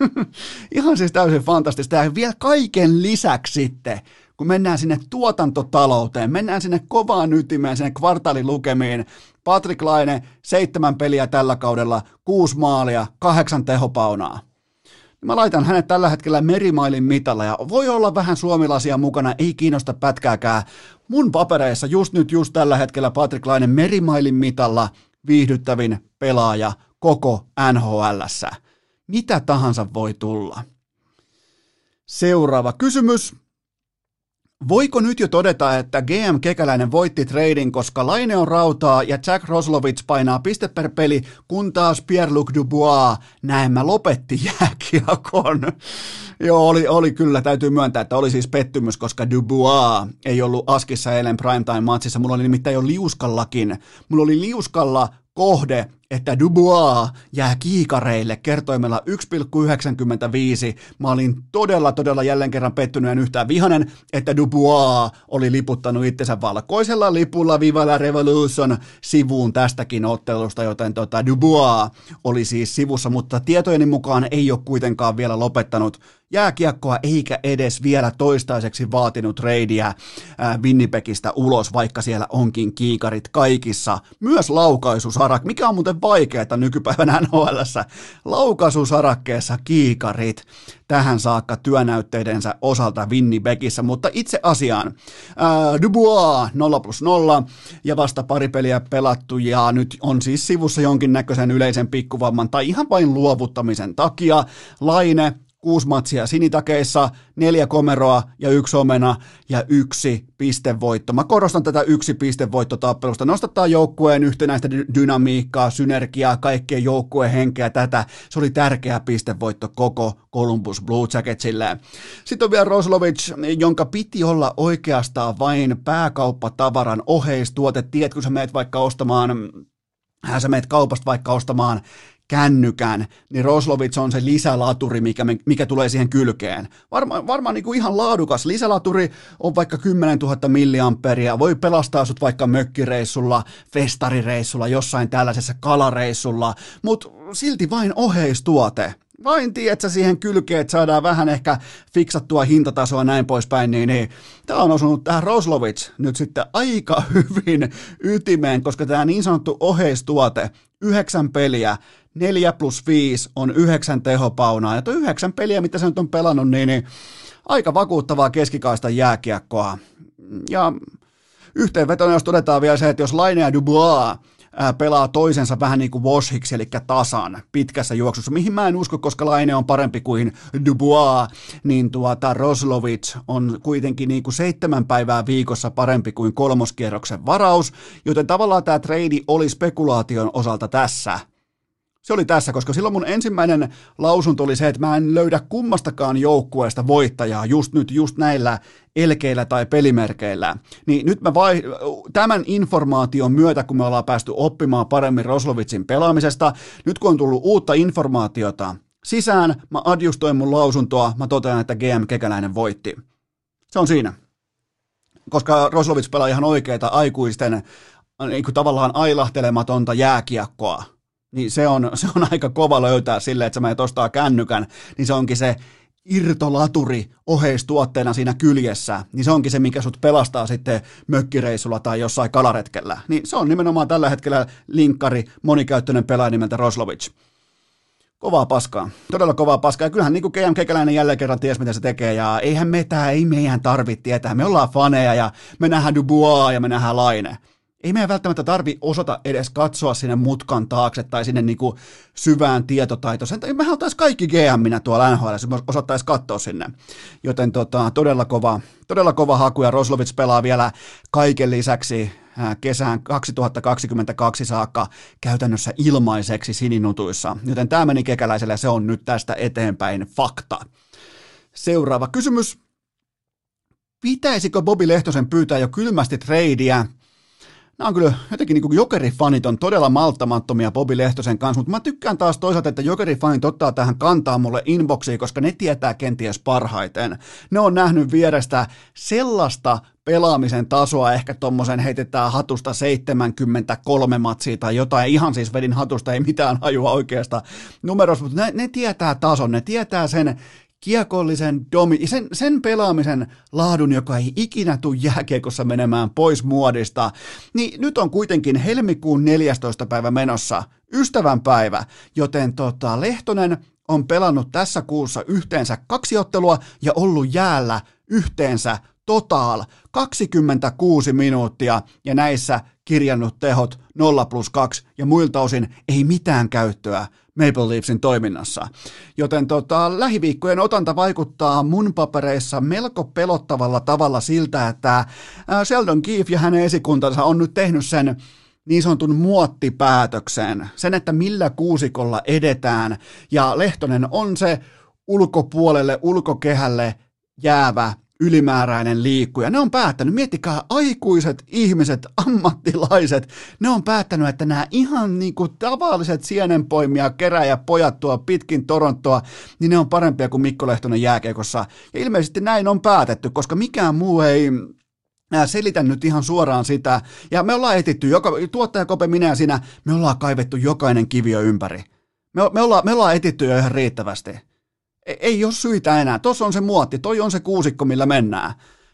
Ihan siis täysin fantastista. Ja vielä kaiken lisäksi sitten, kun mennään sinne tuotantotalouteen, mennään sinne kovaan ytimeen, sinne kvartaalilukemiin, Patrik Laine, seitsemän peliä tällä kaudella, kuusi maalia, kahdeksan tehopaunaa. Mä laitan hänet tällä hetkellä merimailin mitalla ja voi olla vähän suomilaisia mukana, ei kiinnosta pätkääkään. Mun papereissa just nyt, just tällä hetkellä Patrik Laine merimailin mitalla viihdyttävin pelaaja koko N H L:ssä. Mitä tahansa voi tulla. Seuraava kysymys. Voiko nyt jo todeta, että G M Kekäläinen voitti treidin, koska Laine on rautaa ja Jack Roslovich painaa piste per peli, kun taas Pierre-Luc Dubois näemmä lopetti jääkiekon? Joo, oli, oli kyllä, täytyy myöntää, että oli siis pettymys, koska Dubois ei ollut askissa eilen primetime-matsissa. Mulla oli nimittäin jo liuskallakin. Mulla oli liuskalla kohde, että Dubois jää kiikareille kertoimella yksi pilkku yhdeksänkymmentäviisi. Mä olin todella, todella jälleen kerran pettynyt ja yhtään vihanen, että Dubois oli liputtanut itsensä valkoisella lipulla Viva la Revolution sivuun tästäkin ottelusta, joten tota, Dubois oli siis sivussa, mutta tietojeni mukaan ei ole kuitenkaan vielä lopettanut jääkiekkoa eikä edes vielä toistaiseksi vaatinut treidiä Winnipegistä ulos, vaikka siellä onkin kiikarit kaikissa, myös laukaisusara, mikä on muuten vaikeaa nykypäivänä N H L:ssä. Laukaisusarakkeessa kiikarit tähän saakka työnäytteidensä osalta Winnipegissä, mutta itse asiaan. Ää, Dubois nolla plus nolla ja vasta pari peliä pelattu ja nyt on siis sivussa jonkinnäköisen yleisen pikkuvamman tai ihan vain luovuttamisen takia. Laine kuusi matsia sinitakeissa, neljä komeroa ja yksi omena ja yksi pistevoitto. Mä korostan tätä yksi pistevoittotappelusta. Nostattaa joukkueen yhtenäistä dy- dynamiikkaa, synergiaa, kaikkien joukkueen henkeä tätä. Se oli tärkeä pistevoitto koko Columbus Blue Jacketsille. Sitten on vielä Roslovic, jonka piti olla oikeastaan vain pääkauppatavaran oheistuote. Tiedät, kun sä meet vaikka ostamaan, äh, sä meet kaupasta vaikka ostamaan kännykän, niin Roslovic on se lisälaturi, mikä, mikä tulee siihen kylkeen. Varma, varmaan niin kuin ihan laadukas lisälaturi on vaikka kymmenen tuhatta milliamperia, voi pelastaa sut vaikka mökkireissulla, festarireissulla, jossain tällaisessa kalareissulla, mutta silti vain oheistuote. Vain tiedätkö siihen kylkeen, että saadaan vähän ehkä fiksattua hintatasoa näin poispäin, niin, niin tämä on osunut tähän Roslovic nyt sitten aika hyvin ytimeen, koska tämä niin sanottu oheistuote, yhdeksän peliä, neljä plus viisi on yhdeksän tehopaunaa, ja tuo yhdeksän peliä, mitä se nyt on pelannut, niin, niin aika vakuuttavaa keskikaista jääkiekkoa. Ja yhteenvetona, jos todetaan vielä se, että jos Laine ja Dubois pelaa toisensa vähän niin kuin washiksi, eli tasan pitkässä juoksussa, mihin mä en usko, koska Laine on parempi kuin Dubois, niin tuota Roslovic on kuitenkin niin kuin seitsemän päivää viikossa parempi kuin kolmoskierroksen varaus, joten tavallaan tämä trade oli spekulaation osalta tässä. Se oli tässä, koska silloin mun ensimmäinen lausunto oli se, että mä en löydä kummastakaan joukkueesta voittajaa just nyt, just näillä elkeillä tai pelimerkeillä. Niin nyt mä vai, tämän informaation myötä, kun me ollaan päästy oppimaan paremmin Roslovicin pelaamisesta, nyt kun on tullut uutta informaatiota sisään, mä adjustoin mun lausuntoa, mä totean, että G M Kekäläinen voitti. Se on siinä. Koska Roslovic pelaa ihan oikeita aikuisten, niin kuin tavallaan ailahtelematonta jääkiekkoa. Niin se on, se on aika kova löytää silleen, että sä menet ostaa kännykän, niin se onkin se irtolaturi oheistuotteena siinä kyljessä, niin se onkin se, mikä sut pelastaa sitten mökkireissulla tai jossain kalaretkellä. Niin se on nimenomaan tällä hetkellä linkkari, monikäyttöinen pelaaja nimeltä Roslovic. Kovaa paskaa, todella kovaa paskaa. Ja kyllähän niin kuin G M Kekäläinen jälleen kerran ties, mitä se tekee, ja eihän metään, ei meidän tarvitse tietää. Me ollaan faneja, ja me nähdään Dubois, ja me nähdään Laine. Ei meidän välttämättä tarvi osata edes katsoa sinne mutkan taakse tai sinne niinku syvään tietotaitoiseen. Mehän oltaisiin kaikki G M-minä tuolla N H L:ssä, me osattaisiin katsoa sinne. Joten tota, todella, kova, todella kova haku, ja Roslovic pelaa vielä kaiken lisäksi kesään kaksituhattakaksikymmentäkaksi saakka käytännössä ilmaiseksi sininutuissa. Joten tämä meni Kekäläiselle, ja se on nyt tästä eteenpäin fakta. Seuraava kysymys. Pitäisikö Bobby Lehtosen pyytää jo kylmästi treidiä? Nämä on kyllä jotenkin niin kuin jokerifanit on todella malttamattomia Bobby Lehtosen kanssa, mutta mä tykkään taas toisaalta, että jokerifanit ottaa tähän kantaa mulle inboxiin, koska ne tietää kenties parhaiten. Ne on nähnyt vierestä sellaista pelaamisen tasoa, ehkä tommosen heitetään hatusta seitsemänkymmentäkolme matsia tai jotain, ihan siis vedin hatusta, ei mitään hajua oikeasta numerosta, mutta ne, ne tietää tason, ne tietää sen kiekollisen domi, sen, sen pelaamisen laadun, joka ei ikinä tule jääkiekossa menemään pois muodista, niin nyt on kuitenkin helmikuun neljästoista päivä menossa, ystävänpäivä, joten tota, Lehtonen on pelannut tässä kuussa yhteensä kaksi ottelua ja ollut jäällä yhteensä total kaksikymmentäkuusi minuuttia ja näissä kirjannut tehot nolla plus kaksi ja muilta osin ei mitään käyttöä Maple Leafsin toiminnassa. Joten tota, lähiviikkojen otanta vaikuttaa mun papereissa melko pelottavalla tavalla siltä, että Sheldon Keefe ja hänen esikuntansa on nyt tehnyt sen niin sanotun muottipäätöksen, sen, että millä kuusikolla edetään, ja Lehtonen on se ulkopuolelle, ulkokehälle jäävä ylimääräinen liikkuja. Ne on päättänyt, miettikää, aikuiset ihmiset, ammattilaiset, ne on päättänyt, että nämä ihan niin kuin tavalliset sienenpoimia, keräjäpojat tuo pitkin Torontoa, niin ne on parempia kuin Mikko Lehtonen jääkiekossa. Ja ilmeisesti näin on päätetty, koska mikään muu ei selitä nyt ihan suoraan sitä. Ja me ollaan etitty, joka, tuottaja Kope, minä ja sinä, me ollaan kaivettu jokainen kiviö ympäri. Me, me, ollaan, me ollaan etitty jo ihan riittävästi. Ei ole syitä enää. Tuossa on se muotti, toi on se kuusikko, millä mennään.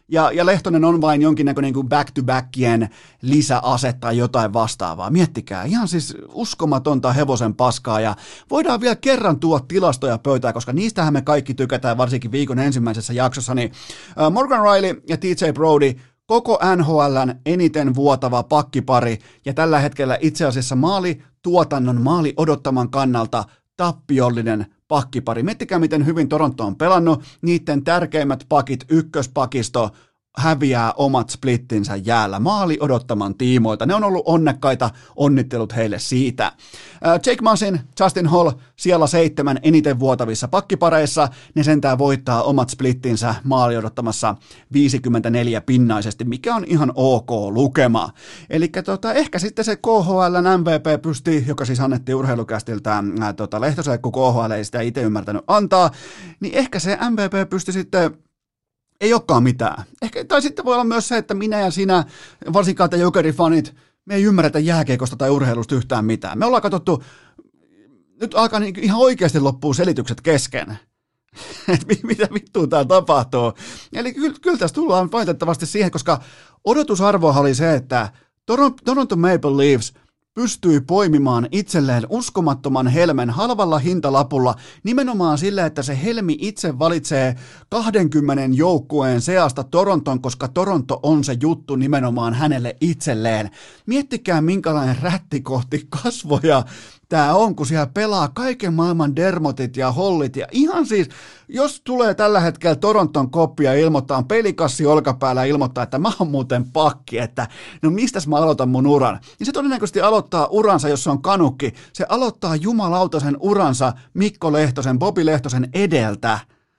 Ja, ja Lehtonen on vain jonkinnäköinen niin kuin back-to-backien lisäase tai jotain vastaavaa. Miettikää, ihan siis uskomatonta hevosen paskaa ja voidaan vielä kerran tuoda tilastoja pöytään, koska niistähän me kaikki tykätään, varsinkin viikon ensimmäisessä jaksossa. Niin Morgan Riley ja T J Brody, koko N H L:n eniten vuotava pakkipari ja tällä hetkellä itse asiassa maali tuotannon, maali odottaman kannalta tappiollinen pakkipari. Miettikää, miten hyvin Toronto on pelannut. Niiden tärkeimmät pakit, ykköspakisto, häviää omat splittinsä jäällä maali odottaman tiimoilta. Ne on ollut onnekkaita, onnittelut heille siitä. Jake Muzzin, Justin Hall siellä seitsemän eniten vuotavissa pakkipareissa. Ne sentään voittaa omat splittinsä maali odottamassa viisikymmentäneljä pinnaisesti, mikä on ihan ok lukema. Eli tota, ehkä sitten se K H L:n M V P pysti, joka siis annettiin urheilukästiltä tota, Lehtoselle, kun K H L ei sitä itse ymmärtänyt antaa, niin ehkä se M V P pysti sitten ei olekaan mitään. Ehkä, tai sitten voi olla myös se, että minä ja sinä, varsinkaan te Jokeri-fanit, me ei ymmärretä jääkiekosta tai urheilusta yhtään mitään. Me ollaan katsottu, nyt alkaa niin ihan oikeasti loppuu selitykset kesken. Että mitä vittua täällä tapahtuu. Eli kyllä, kyllä tässä tullaan valitettavasti siihen, koska odotusarvoa oli se, että Toronto Maple Leafs pystyi poimimaan itselleen uskomattoman helmen halvalla hintalapulla nimenomaan sillä, että se helmi itse valitsee kahdenkymmenen joukkueen seasta Toronton, koska Toronto on se juttu nimenomaan hänelle itselleen. Miettikää, minkälainen rätti kohti kasvoja tämä on, kun siellä pelaa kaiken maailman Dermotit ja Hollit ja ihan siis, jos tulee tällä hetkellä Toronton koppi ja ilmoittaa pelikassi olkapäällä ja ilmoittaa, että mä oon muuten pakki, että no mistäs mä aloitan mun uran, niin se todennäköisesti aloittaa uransa, jos se on kanukki, se aloittaa jumalautasen uransa Mikko Lehtosen, Bobi Lehtosen edeltä.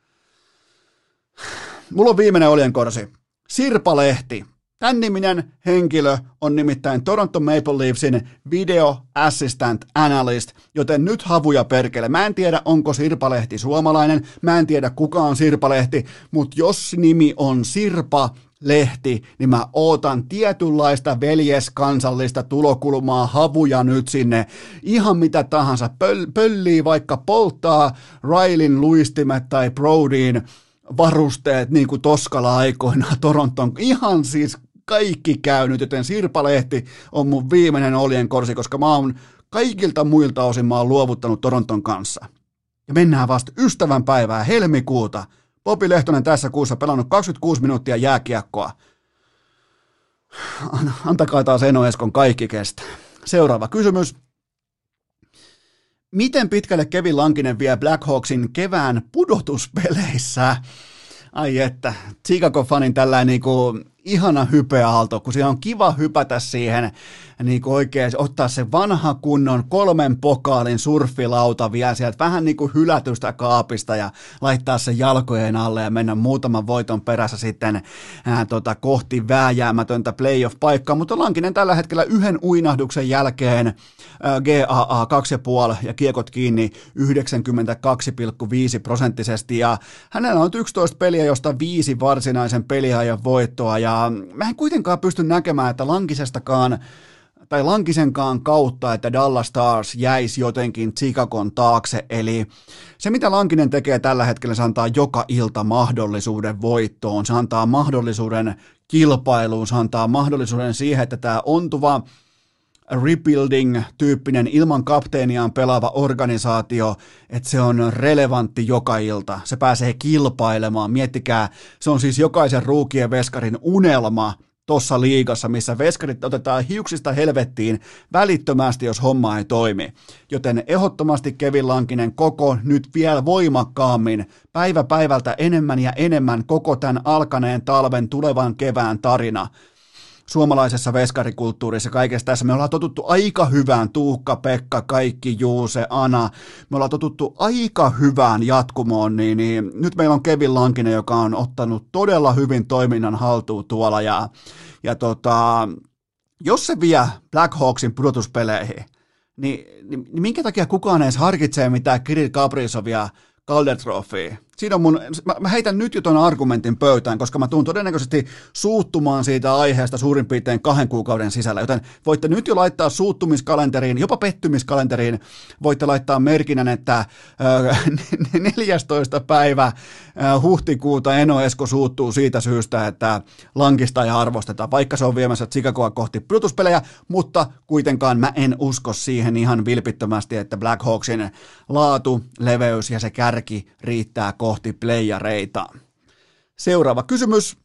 Mulla on viimeinen oljenkorsi. Sirpa Lehti. Tämän niminen henkilö on nimittäin Toronto Maple Leafsin video assistant analyst, joten nyt havuja perkele. Mä en tiedä, onko Sirpa Lehti suomalainen, mä en tiedä kuka on Sirpa Lehti, mutta jos nimi on Sirpa Lehti, niin mä ootan tietynlaista veljeskansallista tulokulmaa, havuja nyt sinne, ihan mitä tahansa, Pöl- pöllii vaikka polttaa Rileyn luistimet tai Brodyin varusteet niin kuin Toskala aikoinaan Toronton, ihan siis kaikki käynyt, joten Sirpa Lehti on mun viimeinen oljenkorsi, koska mä oon kaikilta muilta osin mä oon luovuttanut Toronton kanssa. Ja mennään vasta ystävänpäivää helmikuuta. Bobi Lehtonen tässä kuussa pelannut kaksikymmentäkuusi minuuttia jääkiekkoa. Antakaa taas Eno Eskon kaikki kestää. Seuraava kysymys. Miten pitkälle Kevin Lankinen vie Blackhawksin kevään pudotuspeleissä? Ai että, Chicago-fanin tällainen niinku ihana hypeaalto, kun siellä on kiva hypätä siihen niinku oikein, ottaa se vanha kunnon kolmen pokaalin surffilauta vielä sieltä vähän niinku hylätystä kaapista ja laittaa se jalkojen alle ja mennä muutaman voiton perässä sitten ää, tota, kohti vääjäämätöntä playoff-paikkaa, mutta Lankinen tällä hetkellä yhden uinahduksen jälkeen ää, G A A kaksi pilkku viisi ja kiekot kiinni yhdeksänkymmentäkaksi pilkku viisi prosenttisesti ja hänellä on yksitoista peliä, josta viisi varsinaisen peliajan voittoa ja mä en kuitenkaan pysty näkemään, että Lankisestakaan tai Lankisenkaan kautta, että Dallas Stars jäisi jotenkin Chicagon taakse, eli se mitä Lankinen tekee tällä hetkellä, se antaa joka ilta mahdollisuuden voittoon, se antaa mahdollisuuden kilpailuun, se antaa mahdollisuuden siihen, että tämä ontuva rebuilding-tyyppinen ilman kapteeniaan pelaava organisaatio, että se on relevantti joka ilta. Se pääsee kilpailemaan. Miettikää, se on siis jokaisen ruukien veskarin unelma tuossa liigassa, missä veskarit otetaan hiuksista helvettiin välittömästi, jos homma ei toimi. Joten ehdottomasti Kevin Lankinen koko nyt vielä voimakkaammin, päivä päivältä enemmän ja enemmän koko tämän alkaneen talven tulevan kevään tarina. Suomalaisessa veskarikulttuurissa kaikessa tässä me ollaan totuttu aika hyvään, Tuukka, Pekka, kaikki, Juuse, Ana, me ollaan totuttu aika hyvään jatkumoon, niin, niin nyt meillä on Kevin Lankinen, joka on ottanut todella hyvin toiminnan haltuun tuolla, ja, ja tota, jos se vie Black Hawksin pudotuspeleihin, niin, niin, niin minkä takia kukaan edes harkitsee mitään Kirill Kaprizovia Calder Trophy, Siinä on mun, mä, mä heitän nyt jo ton argumentin pöytään, koska mä tuun todennäköisesti suuttumaan siitä aiheesta suurin piirtein kahden kuukauden sisällä, joten voitte nyt jo laittaa suuttumiskalenteriin, jopa pettymiskalenteriin, voitte laittaa merkinnän, että äh, neljästoista päivä äh, huhtikuuta Eno Esko suuttuu siitä syystä, että lankista ei arvosteta, vaikka se on viemässä Chicagoa kohti pudotuspelejä, mutta kuitenkaan mä en usko siihen ihan vilpittömästi, että Blackhawksin laatu, leveys ja se kärki riittää kohti playareita. Seuraava kysymys.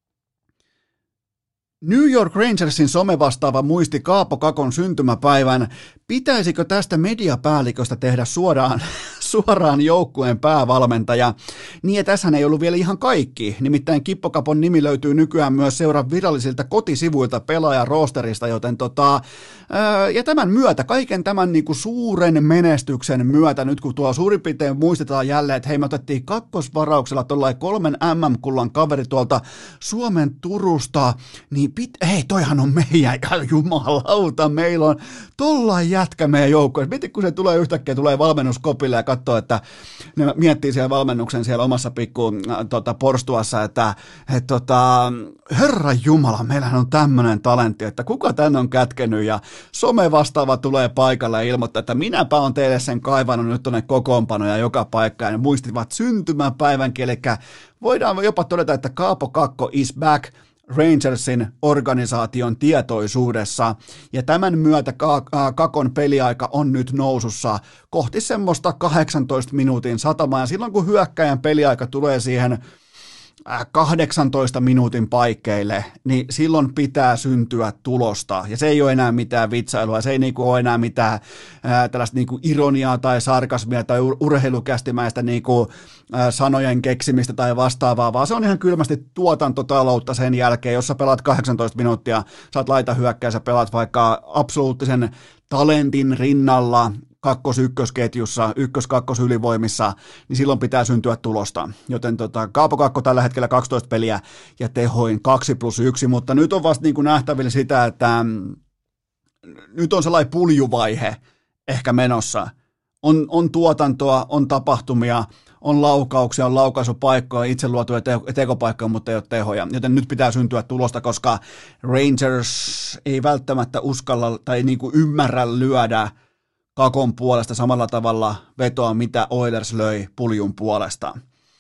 New York Rangersin somevastaava muisti Kaapo Kakon syntymäpäivän. Pitäisikö tästä mediapäälliköstä tehdä suoraan, suoraan joukkueen päävalmentaja? Niin ja tässähän ei ollut vielä ihan kaikki. Nimittäin Kippo Kapon nimi löytyy nykyään myös seuran virallisilta kotisivuilta pelaajaroosterista, joten tota, ää, ja tämän myötä, kaiken tämän niinku suuren menestyksen myötä, nyt kun tuo suurin piirtein muistetaan jälleen, että hei me otettiin kakkosvarauksella tuollainen kolmen äm äm-kullan kaveri tuolta Suomen Turusta, niin pit, hei toihan on meidän, jumalauta, meillä on tollain jätkä meidän joukkueessa. Mieti, kun se tulee yhtäkkiä, tulee valmennuskopille ja katsoo, että ne miettii siellä valmennuksen siellä omassa pikku äh, tota, porstuassa, että et, tota, herra jumala, meillähän on tämmöinen talentti, että kuka tän on kätkenyt ja some vastaava tulee paikalle ja ilmoittaa, että minäpä on teille sen kaivannut nyt tuonne kokoonpanoja joka paikkaan ja muistivat syntymäpäivänkin, eli voidaan jopa todeta, että Kaapo Kakko is back Rangersin organisaation tietoisuudessa, ja tämän myötä Kakon peliaika on nyt nousussa kohti semmoista kahdeksantoista minuutin satamaa, ja silloin kun hyökkäjän peliaika tulee siihen kahdeksantoista minuutin paikkeille, niin silloin pitää syntyä tulosta, ja se ei ole enää mitään vitsailua, se ei niinku ole enää mitään ää, tällaista niinku ironiaa tai sarkasmia tai ur- urheilukästimäistä niinku, ää, sanojen keksimistä tai vastaavaa, vaan se on ihan kylmästi tuotantotaloutta sen jälkeen, jos sä pelaat kahdeksantoista minuuttia, sä oot laita hyökkäjä, sä pelaat vaikka absoluuttisen talentin rinnalla, kakkos-ykkösketjussa, ykkös-kakkos-ylivoimissa, niin silloin pitää syntyä tulosta. Joten tota, Kaapo Kakko tällä hetkellä kaksitoista peliä ja tehoin kaksi plus yksi, mutta nyt on vasta niin kuin nähtävillä sitä, että mm, nyt on sellainen puljuvaihe ehkä menossa. On, on tuotantoa, on tapahtumia, on laukauksia, on laukaisupaikkoja, itse luotuja te- tekopaikkoja, mutta ei ole tehoja. Joten nyt pitää syntyä tulosta, koska Rangers ei välttämättä uskalla tai niin kuin ymmärrä lyödä Kakon puolesta samalla tavalla vetoa, mitä Oilers löi puljun puolesta.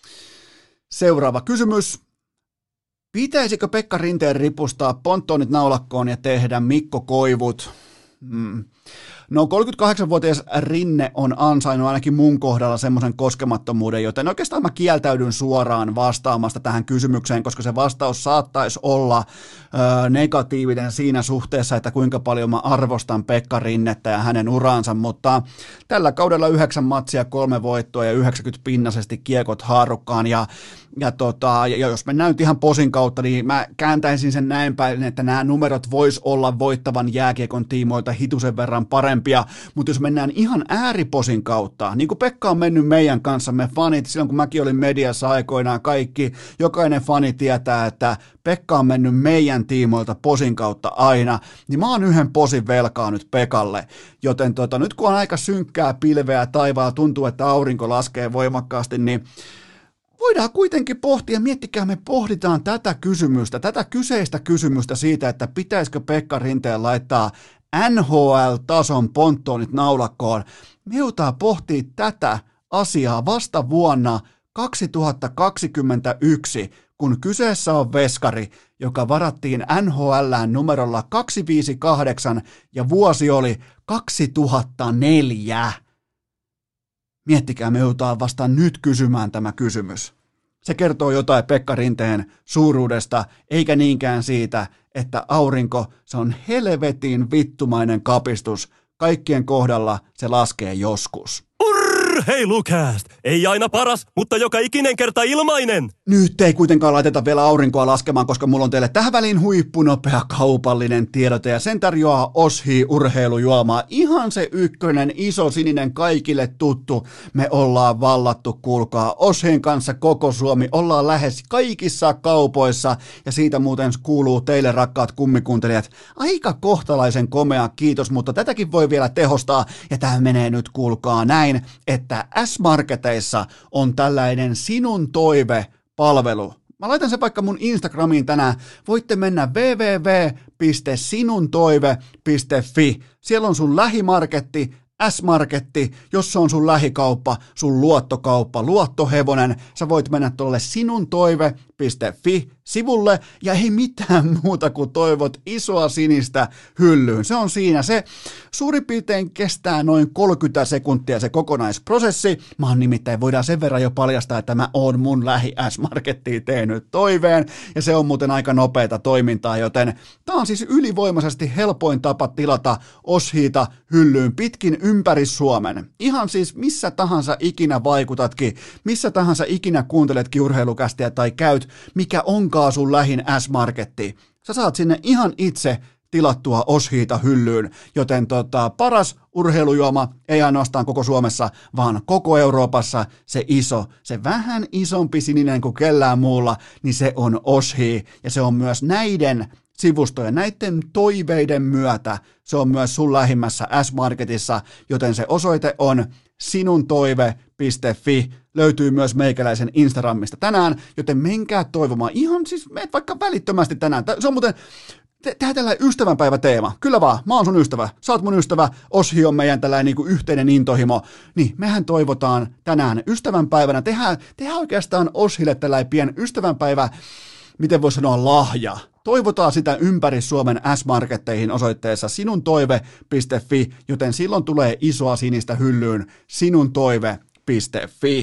Seuraava kysymys. Pitäisikö Pekka Rinteen ripustaa ponttoonit naulakkoon ja tehdä Mikko Koivut? Hmm. No kolmekymmentäkahdeksanvuotias Rinne on ansainnut ainakin mun kohdalla semmoisen koskemattomuuden, joten oikeastaan mä kieltäydyn suoraan vastaamasta tähän kysymykseen, koska se vastaus saattaisi olla ö, negatiivinen siinä suhteessa, että kuinka paljon mä arvostan Pekka Rinnettä ja hänen uraansa, mutta tällä kaudella yhdeksän matsia, kolme voittoa ja yhdeksänkymmentä pinnasesti kiekot haarukkaan ja Ja, tota, ja jos mennään nyt ihan posin kautta, niin mä kääntäisin sen näin päin, että nämä numerot vois olla voittavan jääkiekon tiimoilta hitusen verran parempia, mutta jos mennään ihan ääriposin kautta, niin kuin Pekka on mennyt meidän kanssa, me fanit, silloin kun mäkin olin mediassa aikoinaan kaikki, jokainen fani tietää, että Pekka on mennyt meidän tiimoilta posin kautta aina, niin mä oon yhden posin velkaa nyt Pekalle, joten tota, nyt kun on aika synkkää pilveä taivaalla, tuntuu, että aurinko laskee voimakkaasti, niin voidaan kuitenkin pohtia, miettikää, me pohditaan tätä kysymystä, tätä kyseistä kysymystä siitä, että pitäisikö Pekka Rinteen laittaa N H L-tason ponttoonit naulakkoon. Me joutaa pohtia tätä asiaa vasta vuonna kaksituhattakaksikymmentäyksi, kun kyseessä on veskari, joka varattiin N H L:ään numerolla kaksisataaviisikymmentäkahdeksan ja vuosi oli kaksituhattaneljä. Miettikää, me joudutaan vasta nyt kysymään tämä kysymys. Se kertoo jotain Pekka Rinteen suuruudesta, eikä niinkään siitä, että aurinko, se on helvetin vittumainen kapistus. Kaikkien kohdalla se laskee joskus. Urheilukääst! Ei aina paras, mutta joka ikinen kerta ilmainen! Nyt ei kuitenkaan laiteta vielä aurinkoa laskemaan, koska mulla on teille tähän väliin huippunopea kaupallinen tiedote ja sen tarjoaa Oshi urheilujuomaa. Ihan se ykkönen, iso sininen, kaikille tuttu. Me ollaan vallattu, kuulkaa, Oshin kanssa koko Suomi. Ollaan lähes kaikissa kaupoissa ja siitä muuten kuuluu teille, rakkaat kummikuuntelijat, aika kohtalaisen komea kiitos, mutta tätäkin voi vielä tehostaa ja tämä menee nyt, kuulkaa, näin, että S-Marketeissa on tällainen sinun toive palvelu. Mä laitan se vaikka mun Instagramiin tänään. Voitte mennä double-u double-u double-u piste sinuntoive piste fi. Siellä on sun lähimarketti, S-Marketti, jos se on sun lähikauppa, sun luottokauppa, luottohevonen. Sä voit mennä tuolle sinuntoive piste fi sivulle ja ei mitään muuta kuin toivot isoa sinistä hyllyyn. Se on siinä. Se suurin piirtein kestää noin kolmekymmentä sekuntia se kokonaisprosessi. Mä oon nimittäin, voidaan sen verran jo paljastaa, että mä oon mun lähi S-Markettiin tehnyt toiveen ja se on muuten aika nopeata toimintaa, joten tää on siis ylivoimaisesti helpoin tapa tilata Oshiita hyllyyn pitkin ympäri Suomen. Ihan siis missä tahansa ikinä vaikutatkin, missä tahansa ikinä kuunteletkin urheilukästiä tai käyt, mikä onkaan sun lähin S-Marketti. Sä saat sinne ihan itse tilattua Oshiita hyllyyn, joten tota, paras urheilujuoma ei ainoastaan koko Suomessa, vaan koko Euroopassa se iso, se vähän isompi sininen kuin kellään muulla, niin se on Oshi ja se on myös näiden sivustojen, näiden toiveiden myötä, se on myös sun lähimmässä S-Marketissa, joten se osoite on sinuntoive piste fi, löytyy myös meikäläisen Instagramista tänään, joten menkää toivomaan, ihan siis meet vaikka välittömästi tänään, se on muuten, te- tehdään tällainen ystävänpäiväteema, kyllä vaan, mä oon sun ystävä, sä oot mun ystävä, Oshi on meidän tällainen niin kuin yhteinen intohimo, niin mehän toivotaan tänään ystävänpäivänä, tehdään, tehdään oikeastaan Oshille tällainen pien ystävänpäivä, miten voi sanoa, lahja. Toivotaan sitä ympäri Suomen S-Marketteihin osoitteessa sinuntoive piste fi, joten silloin tulee isoa sinistä hyllyyn sinuntoive piste fi.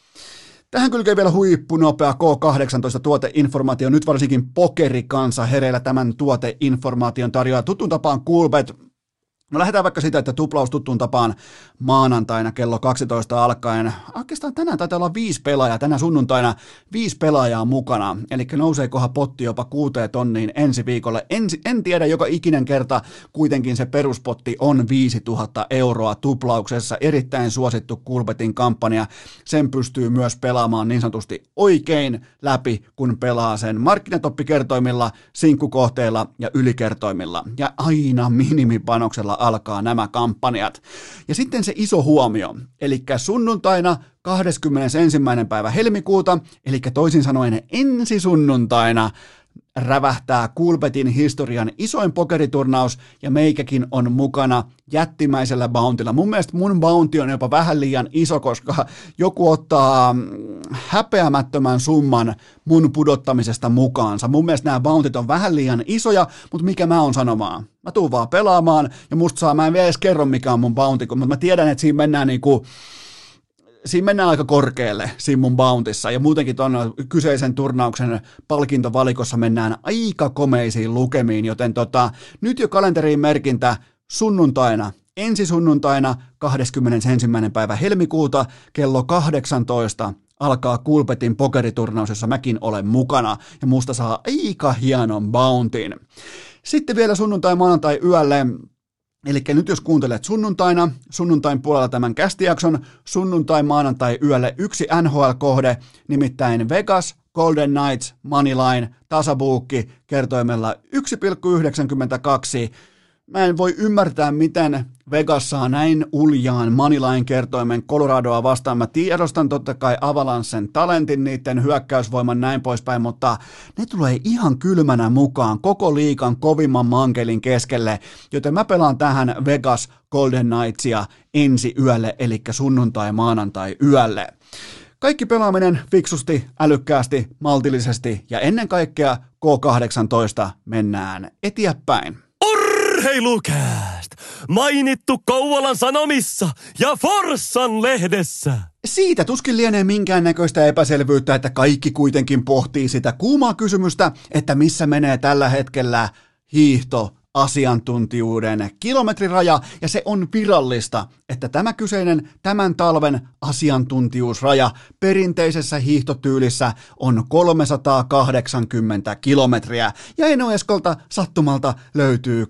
Tähän kylkee vielä huippunopea K kahdeksantoista tuoteinformaatio, nyt varsinkin pokerikansa hereillä tämän tuoteinformaation tarjoaa tuttuun tapaan Coolbet. No lähdetään vaikka siitä, että tuplaus tuttuun tapaan maanantaina kello kaksitoista alkaen. Oikeastaan tänään taitaa olla viisi pelaajaa, tänä sunnuntaina viisi pelaajaa mukana. Eli nouseekohan potti jopa kuuteen tonniin ensi viikolle. En, en tiedä, joka ikinen kerta kuitenkin se peruspotti on viisituhatta euroa tuplauksessa. Erittäin suosittu Coolbetin kampanja. Sen pystyy myös pelaamaan niin sanotusti oikein läpi, kun pelaa sen markkinatoppikertoimilla, sinkkukohteilla ja ylikertoimilla. Ja aina minimipanoksella alkaa nämä kampanjat. Ja sitten se iso huomio, eli sunnuntaina kahdeskymmenesensimmäinen päivä helmikuuta, eli toisin sanoen ensi sunnuntaina rävähtää Coolbetin historian isoin pokeriturnaus ja meikäkin on mukana jättimäisellä bountilla. Mun mielestä mun bounty on jopa vähän liian iso, koska joku ottaa häpeämättömän summan mun pudottamisesta mukaansa. Mun mielestä nämä bountit on vähän liian isoja, mutta mikä mä oon sanomaan? Mä tuun vaan pelaamaan ja musta saa, mä en vielä edes kerro mikä on mun bounty, mutta mä tiedän, että siinä mennään niinku Siinä mennään aika korkealle siinä mun bountissa ja muutenkin tuon kyseisen turnauksen palkintovalikossa mennään aika komeisiin lukemiin, joten tota, nyt jo kalenteriin merkintä sunnuntaina, ensi sunnuntaina kahdeskymmenesensimmäinen päivä helmikuuta kello kahdeksantoista alkaa Coolbetin pokeriturnaus, jossa mäkin olen mukana ja musta saa aika hienon bountin. Sitten vielä sunnuntai maanantai yölle. Eli nyt jos kuuntelet sunnuntaina, sunnuntain puolella tämän kästijakson, sunnuntai maanantai yölle yksi N H L-kohde, nimittäin Vegas, Golden Knights, Moneyline, tasabuukki kertoimella yksi pilkku yhdeksänkymmentäkaksi. Mä en voi ymmärtää, miten Vegas saa näin uljaan Moneyline-kertoimen Coloradoa vastaan. Mä tiedostan totta kai Avalancen talentin, niiden hyökkäysvoiman näin poispäin, mutta ne tulee ihan kylmänä mukaan koko liigan kovimman mankelin keskelle, joten mä pelaan tähän Vegas Golden Knightsia ensi yölle, eli sunnuntai maanantai yölle. Kaikki pelaaminen fiksusti, älykkäästi, maltillisesti ja ennen kaikkea K kahdeksantoista mennään eteenpäin. Urheilukääst! Mainittu Kouvolan Sanomissa ja Forssan lehdessä. Siitä tuskin lienee minkäännäköistä epäselvyyttä, että kaikki kuitenkin pohtii sitä kuumaa kysymystä, että missä menee tällä hetkellä hiihto asiantuntijuuden kilometriraja, ja se on virallista, että tämä kyseinen tämän talven asiantuntijuusraja perinteisessä hiihtotyylissä on kolmesataakahdeksankymmentä kilometriä, ja Eno Eskolta sattumalta löytyy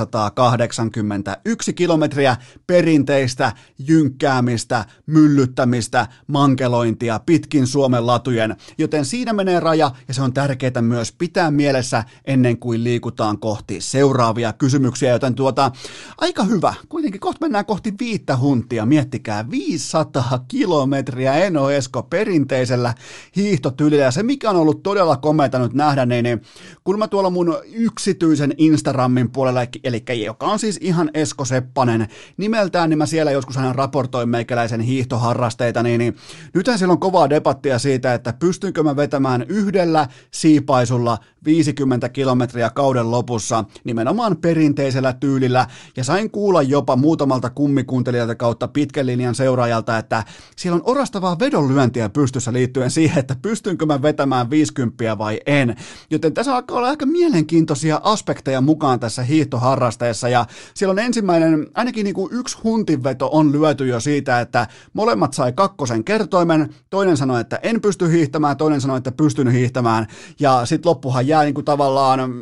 kolmesataakahdeksankymmentäyksi kilometriä perinteistä jynkkäämistä, myllyttämistä, mankelointia pitkin Suomen latujen, joten siinä menee raja, ja se on tärkeää myös pitää mielessä ennen kuin liikutaan kohti seuraavia kysymyksiä, joten tuota, aika hyvä. Kuitenkin kohta mennään kohti viittä huntia. Miettikää, viisisataa kilometriä Eno Esko perinteisellä hiihtotyylillä. Ja se, mikä on ollut todella komeata nyt nähdä, niin, niin kun mä tuolla mun yksityisen Instagramin puolella, eli joka on siis ihan Esko Seppanen nimeltään, niin mä siellä joskus aina raportoin meikäläisen hiihtoharrasteita, niin, niin nythän siellä on kovaa debattia siitä, että pystynkö mä vetämään yhdellä siipaisulla viisikymmentä kilometriä kauden lopussa nimenomaan perinteisellä tyylillä, ja sain kuulla jopa muutamalta kummikuuntelijalta kautta pitkän linjan seuraajalta, että siellä on orastavaa vedonlyöntiä pystyssä liittyen siihen, että pystynkö mä vetämään viisikymppiä vai en, joten tässä alkaa olla aika mielenkiintoisia aspekteja mukaan tässä hiihtoharrasteessa, ja siellä on ensimmäinen, ainakin niin kuin yksi huntinveto on lyöty jo siitä, että molemmat sai kakkosen kertoimen, toinen sanoi, että en pysty hiihtämään, toinen sanoi, että pystyn hiihtämään, ja sitten loppuhan jää niin kuin tavallaan äh,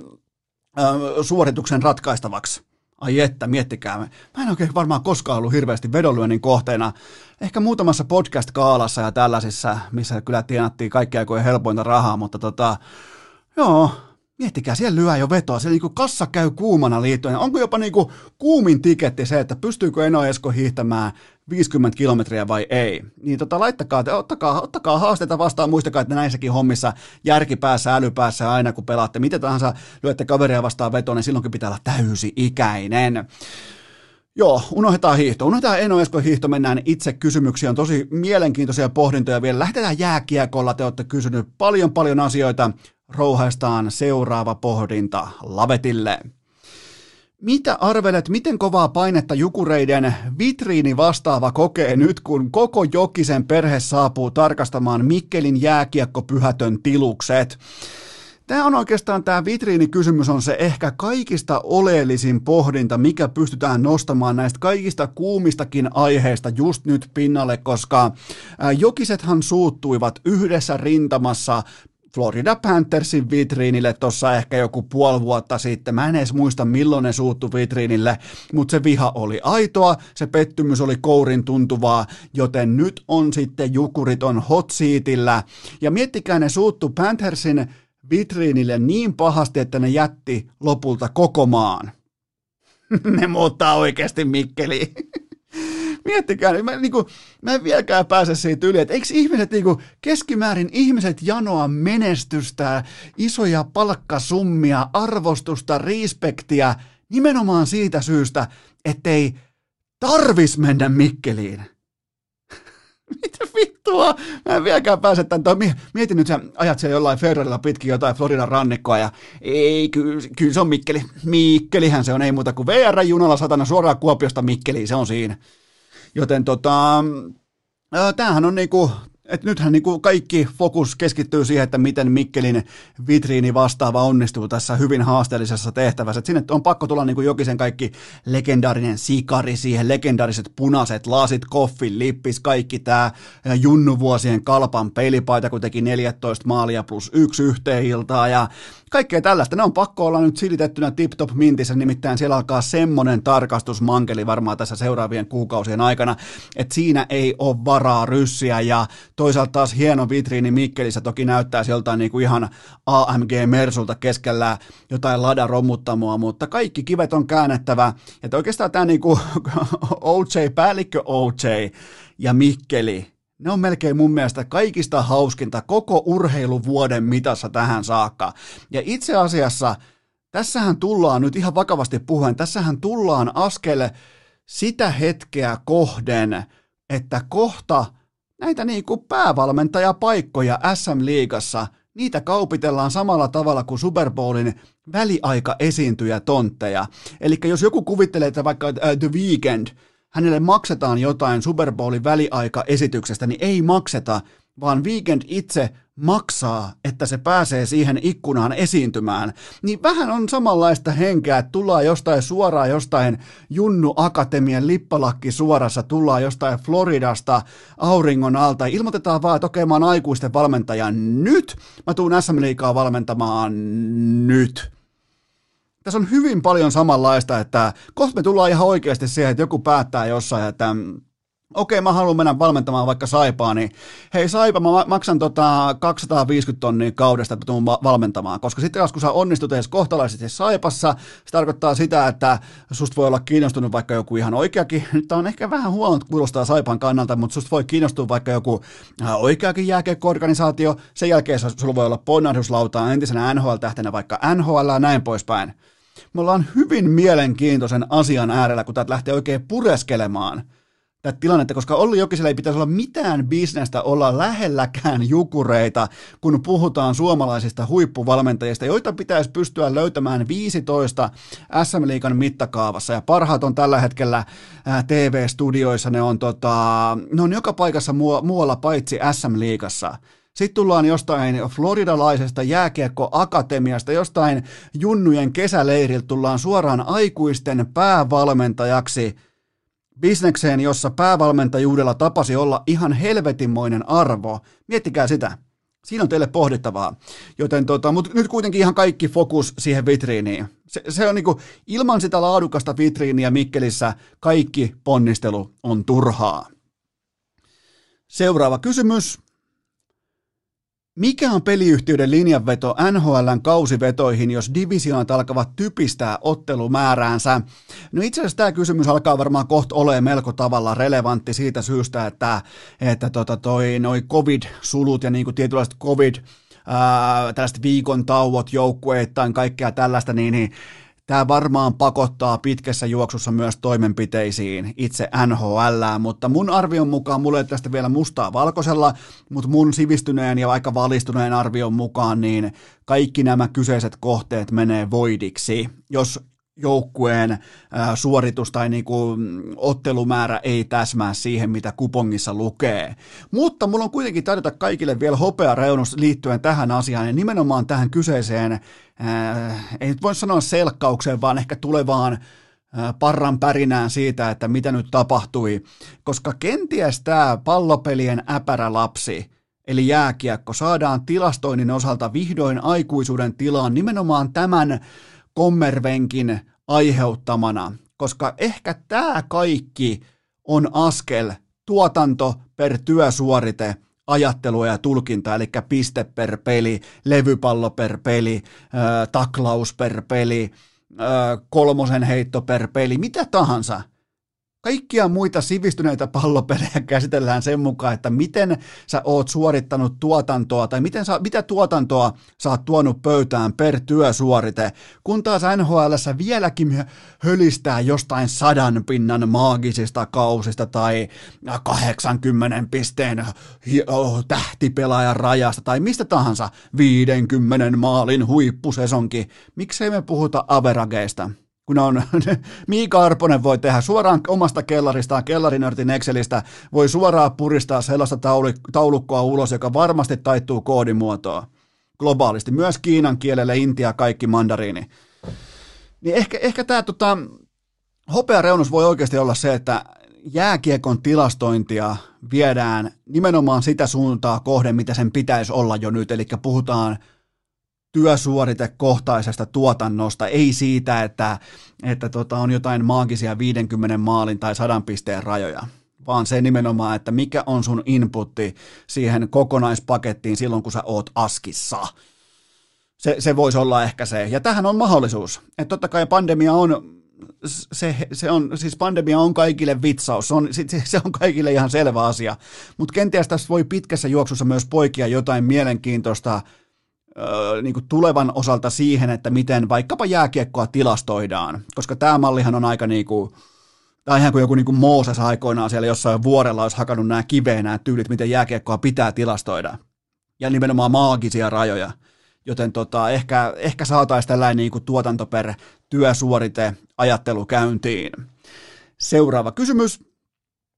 suorituksen ratkaistavaksi. Ai että, miettikää. Mä en oikein varmaan koskaan ollut hirveästi vedonlyönnin kohteena. Ehkä muutamassa podcast-kaalassa ja tällaisissa, missä kyllä tienattiin kaikkia aikojen helpointa rahaa, mutta tota, joo, miettikää, siellä lyö jo vetoa. Siellä niinku kassa käy kuumana liittyen. Onko jopa niinku kuumin tiketti se, että pystyykö Eno Esko hiihtämään viisikymmentä kilometriä vai ei? Niin tota, laittakaa, ottakaa, ottakaa haasteita vastaan, muistakaa, että näissäkin hommissa järki päässä, äly päässä aina kun pelaatte, mitä tahansa lyötte kaveria vastaan vetoon, niin silloinkin pitää olla täysi-ikäinen. Joo, unohdetaan hiihto. Unohdetaan Eno Eskon hiihto, mennään itse kysymyksiin. On tosi mielenkiintoisia pohdintoja vielä. Lähdetään jääkiekolla, te olette kysynyt paljon paljon asioita. Rouhaistaan seuraava pohdinta lavetille. Mitä arvelet, miten kovaa painetta Jukureiden vitriini vastaava kokee nyt, kun koko Jokisen perhe saapuu tarkastamaan Mikkelin jääkiekkopyhätön tilukset? Tämä on oikeastaan, tämä vitriinikysymys on se ehkä kaikista oleellisin pohdinta, mikä pystytään nostamaan näistä kaikista kuumistakin aiheista just nyt pinnalle, koska Jokisethan suuttuivat yhdessä rintamassa Florida Panthersin vitriinille tuossa ehkä joku puoli vuotta sitten. Mä en edes muista milloin ne suuttu vitriinille, mutta se viha oli aitoa, se pettymys oli kourin tuntuvaa, joten nyt on sitten Jukurit on hot seatillä. Ja miettikää, ne suuttu Panthersin vitriinille niin pahasti, että ne jätti lopulta koko maan. Ne muuttaa oikeasti Mikkeliin. Miettikää, mä, niin kuin, mä en vieläkään pääse siitä yli, että eikö ihmiset, niin kuin, keskimäärin ihmiset janoa menestystä, isoja palkkasummia, arvostusta, respektiä, nimenomaan siitä syystä, ettei tarvis mennä Mikkeliin. Mitä vittua? Mä en vieläkään pääse tämän. Mietin nyt, sä ajat siellä jollain Ferrarilla pitkin jotain Floridan rannikkoa ja ei, kyllä, kyllä se on Mikkeli. Mikkelihän se on, ei muuta kuin V R-junalla satana suoraan Kuopiosta Mikkeliin, se on siinä. Joten tota, tämähän on niinku, että nythän niinku kaikki fokus keskittyy siihen, että miten Mikkelin vitriini vastaava onnistuu tässä hyvin haasteellisessa tehtävässä. Et sinne on pakko tulla niinku Jokisen kaikki legendaarinen sikari siihen, legendaariset punaiset lasit, koffin, lippis, kaikki tämä junnuvuosien Kalpan pelipaita, kun teki neljätoista maalia plus yksi yhteen iltaa ja kaikkea tällaista. Ne on pakko olla nyt silitettynä tip-top mintissä, nimittäin siellä alkaa semmoinen tarkastusmankeli varmaan tässä seuraavien kuukausien aikana, että siinä ei ole varaa ryssiä ja toisaalta taas hieno vitriini Mikkelissä toki näyttää joltain niin kuin ihan A M G-mersulta keskellä jotain ladaromuttamoa, mutta kaikki kivet on käännettävä. Ja oikeastaan tämä niin kuin O J, päällikkö O J ja Mikkeli, ne on melkein mun mielestä kaikista hauskinta koko urheiluvuoden mitassa tähän saakka. Ja itse asiassa tässähän tullaan nyt ihan vakavasti puhuen, tässähän tullaan askel sitä hetkeä kohden, että kohta näitä niin kuin päävalmentajapaikkoja S M-liigassa, niitä kaupitellaan samalla tavalla kuin Super Bowlin väliaika-esiintyjä tontteja. Eli jos joku kuvittelee, että vaikka uh, The Weeknd, hänelle maksetaan jotain Super Bowlin väliaika-esityksestä, niin ei makseta, vaan Weekend itse maksaa, että se pääsee siihen ikkunaan esiintymään, niin vähän on samanlaista henkeä, että tullaan jostain suoraan jostain Junnu Akatemian lippalakki suorassa, tullaan jostain Floridasta auringon alta, ilmoitetaan vaan, että okei, mä oon aikuisten valmentaja nyt, mä tuun S M-liigaa valmentamaan nyt. Tässä on hyvin paljon samanlaista, että kohta me tullaan ihan oikeasti siihen, että joku päättää jossain, että okei, mä haluan mennä valmentamaan vaikka Saipaa, niin hei Saipa, mä maksan tota kaksisataaviisikymmentä tonnia kaudesta, että tuun valmentamaan, koska sitten kun sä onnistut edes kohtalaisesti Saipassa, se tarkoittaa sitä, että susta voi olla kiinnostunut vaikka joku ihan oikeakin, nyt on ehkä vähän huono kuulostaa Saipan kannalta, mutta susta voi kiinnostua vaikka joku oikeakin jääkiekko-organisaatio, sen jälkeen sulla voi olla ponnahduslautaa entisenä N H L-tähtenä vaikka N H L ja näin poispäin. Me ollaan hyvin mielenkiintoisen asian äärellä, kun täältä lähtee oikein pureskelemaan tätä tilannetta, koska Olli Jokisella ei pitäisi olla mitään bisnestä olla lähelläkään jukureita, kun puhutaan suomalaisista huippuvalmentajista, joita pitäisi pystyä löytämään viisitoista S M-liigan mittakaavassa, ja parhaat on tällä hetkellä T V-studioissa, ne on, tota, ne on joka paikassa muualla paitsi S M-liigassa. Sitten tullaan jostain floridalaisesta jääkiekkoakatemiasta, jostain junnujen kesäleiriltä tullaan suoraan aikuisten päävalmentajaksi bisnekseen, jossa päävalmentajuudella tapasi olla ihan helvetinmoinen arvo. Miettikää sitä. Siinä on teille pohdittavaa. Joten tota, mutta nyt kuitenkin ihan kaikki fokus siihen vitriiniin. Se, se on niinku, ilman sitä laadukasta vitriiniä Mikkelissä kaikki ponnistelu on turhaa. Seuraava kysymys. Mikä on peliyhtiöiden linjanveto N H L:n kausivetoihin, jos divisioonat alkavat typistää ottelumääräänsä? No itse asiassa tämä kysymys alkaa varmaan kohta olemaan melko tavalla relevantti siitä syystä, että, että tota toi, noi covid-sulut ja niin kuin tietynlaiset covid, ää, tällaiset viikon tauot joukkueittain, kaikkea tällaista, niin, niin tämä varmaan pakottaa pitkässä juoksussa myös toimenpiteisiin itse N H L:ään, mutta mun arvion mukaan, mulla ei tästä vielä mustaa valkoisella, mutta mun sivistyneen ja aika valistuneen arvion mukaan, niin kaikki nämä kyseiset kohteet menee voidiksi, jos joukkueen suoritus tai niinku ottelumäärä ei täsmää siihen, mitä kupongissa lukee. Mutta mulla on kuitenkin tarjota kaikille vielä hopeareunus liittyen tähän asiaan ja nimenomaan tähän kyseiseen, ää, ei nyt voi sanoa selkkaukseen, vaan ehkä tulevaan ää, parran pärinään siitä, että mitä nyt tapahtui, koska kenties tämä pallopelien äpärälapsi, eli jääkiekko, saadaan tilastoinnin osalta vihdoin aikuisuuden tilaan nimenomaan tämän kommervenkin aiheuttamana, koska ehkä tämä kaikki on askel tuotanto per työsuorite, ajattelua ja tulkinta, eli piste per peli, levypallo per peli, äh, taklaus per peli, äh, kolmosen heitto per peli, mitä tahansa. Kaikkia muita sivistyneitä pallopelejä käsitellään sen mukaan, että miten sä oot suorittanut tuotantoa tai miten sä, mitä tuotantoa sä oot tuonut pöytään per työsuorite, kun taas N H L:ssä vieläkin hölistää jostain sadan pinnan maagisista kausista tai kahdeksankymmenen pisteen tähtipelaajan rajasta tai mistä tahansa viidenkymmenen maalin huippusesonki. Miksei me puhuta averageista? Kun on, Miika Arponen voi tehdä suoraan omasta kellaristaan, kellarinörtin Excelistä, voi suoraan puristaa sellaista taulukkoa ulos, joka varmasti taittuu koodimuotoa globaalisti, myös kiinan kielelle, intia, kaikki mandariini. Niin ehkä, ehkä tämä tota, hopeareunus voi oikeasti olla se, että jääkiekon tilastointia viedään nimenomaan sitä suuntaa kohden, mitä sen pitäisi olla jo nyt, eli puhutaan työsuoritekohtaisesta tuotannosta, ei siitä, että, että tota on jotain maagisia viidenkymmenen maalin tai sadan pisteen rajoja, vaan se nimenomaan, että mikä on sun inputti siihen kokonaispakettiin silloin, kun sä oot askissa. Se, se voisi olla ehkä se. Ja tähän on mahdollisuus. Että totta kai pandemia on, se, se on, siis pandemia on kaikille vitsaus, se on, se, se on kaikille ihan selvä asia, mutta kenties tässä voi pitkässä juoksussa myös poikia jotain mielenkiintoista niin kuin tulevan osalta siihen, että miten vaikkapa jääkiekkoa tilastoidaan, koska tämä mallihan on aika niin kuin, tämä on ihan kuin joku niin kuin Mooses aikoinaan siellä jossain vuorella olisi hakannut nämä kiveen, nämä tyylit, miten jääkiekkoa pitää tilastoida, ja nimenomaan maagisia rajoja, joten tota, ehkä, ehkä saataisiin tällainen niin kuin tuotanto per työsuorite ajattelu käyntiin. Seuraava kysymys.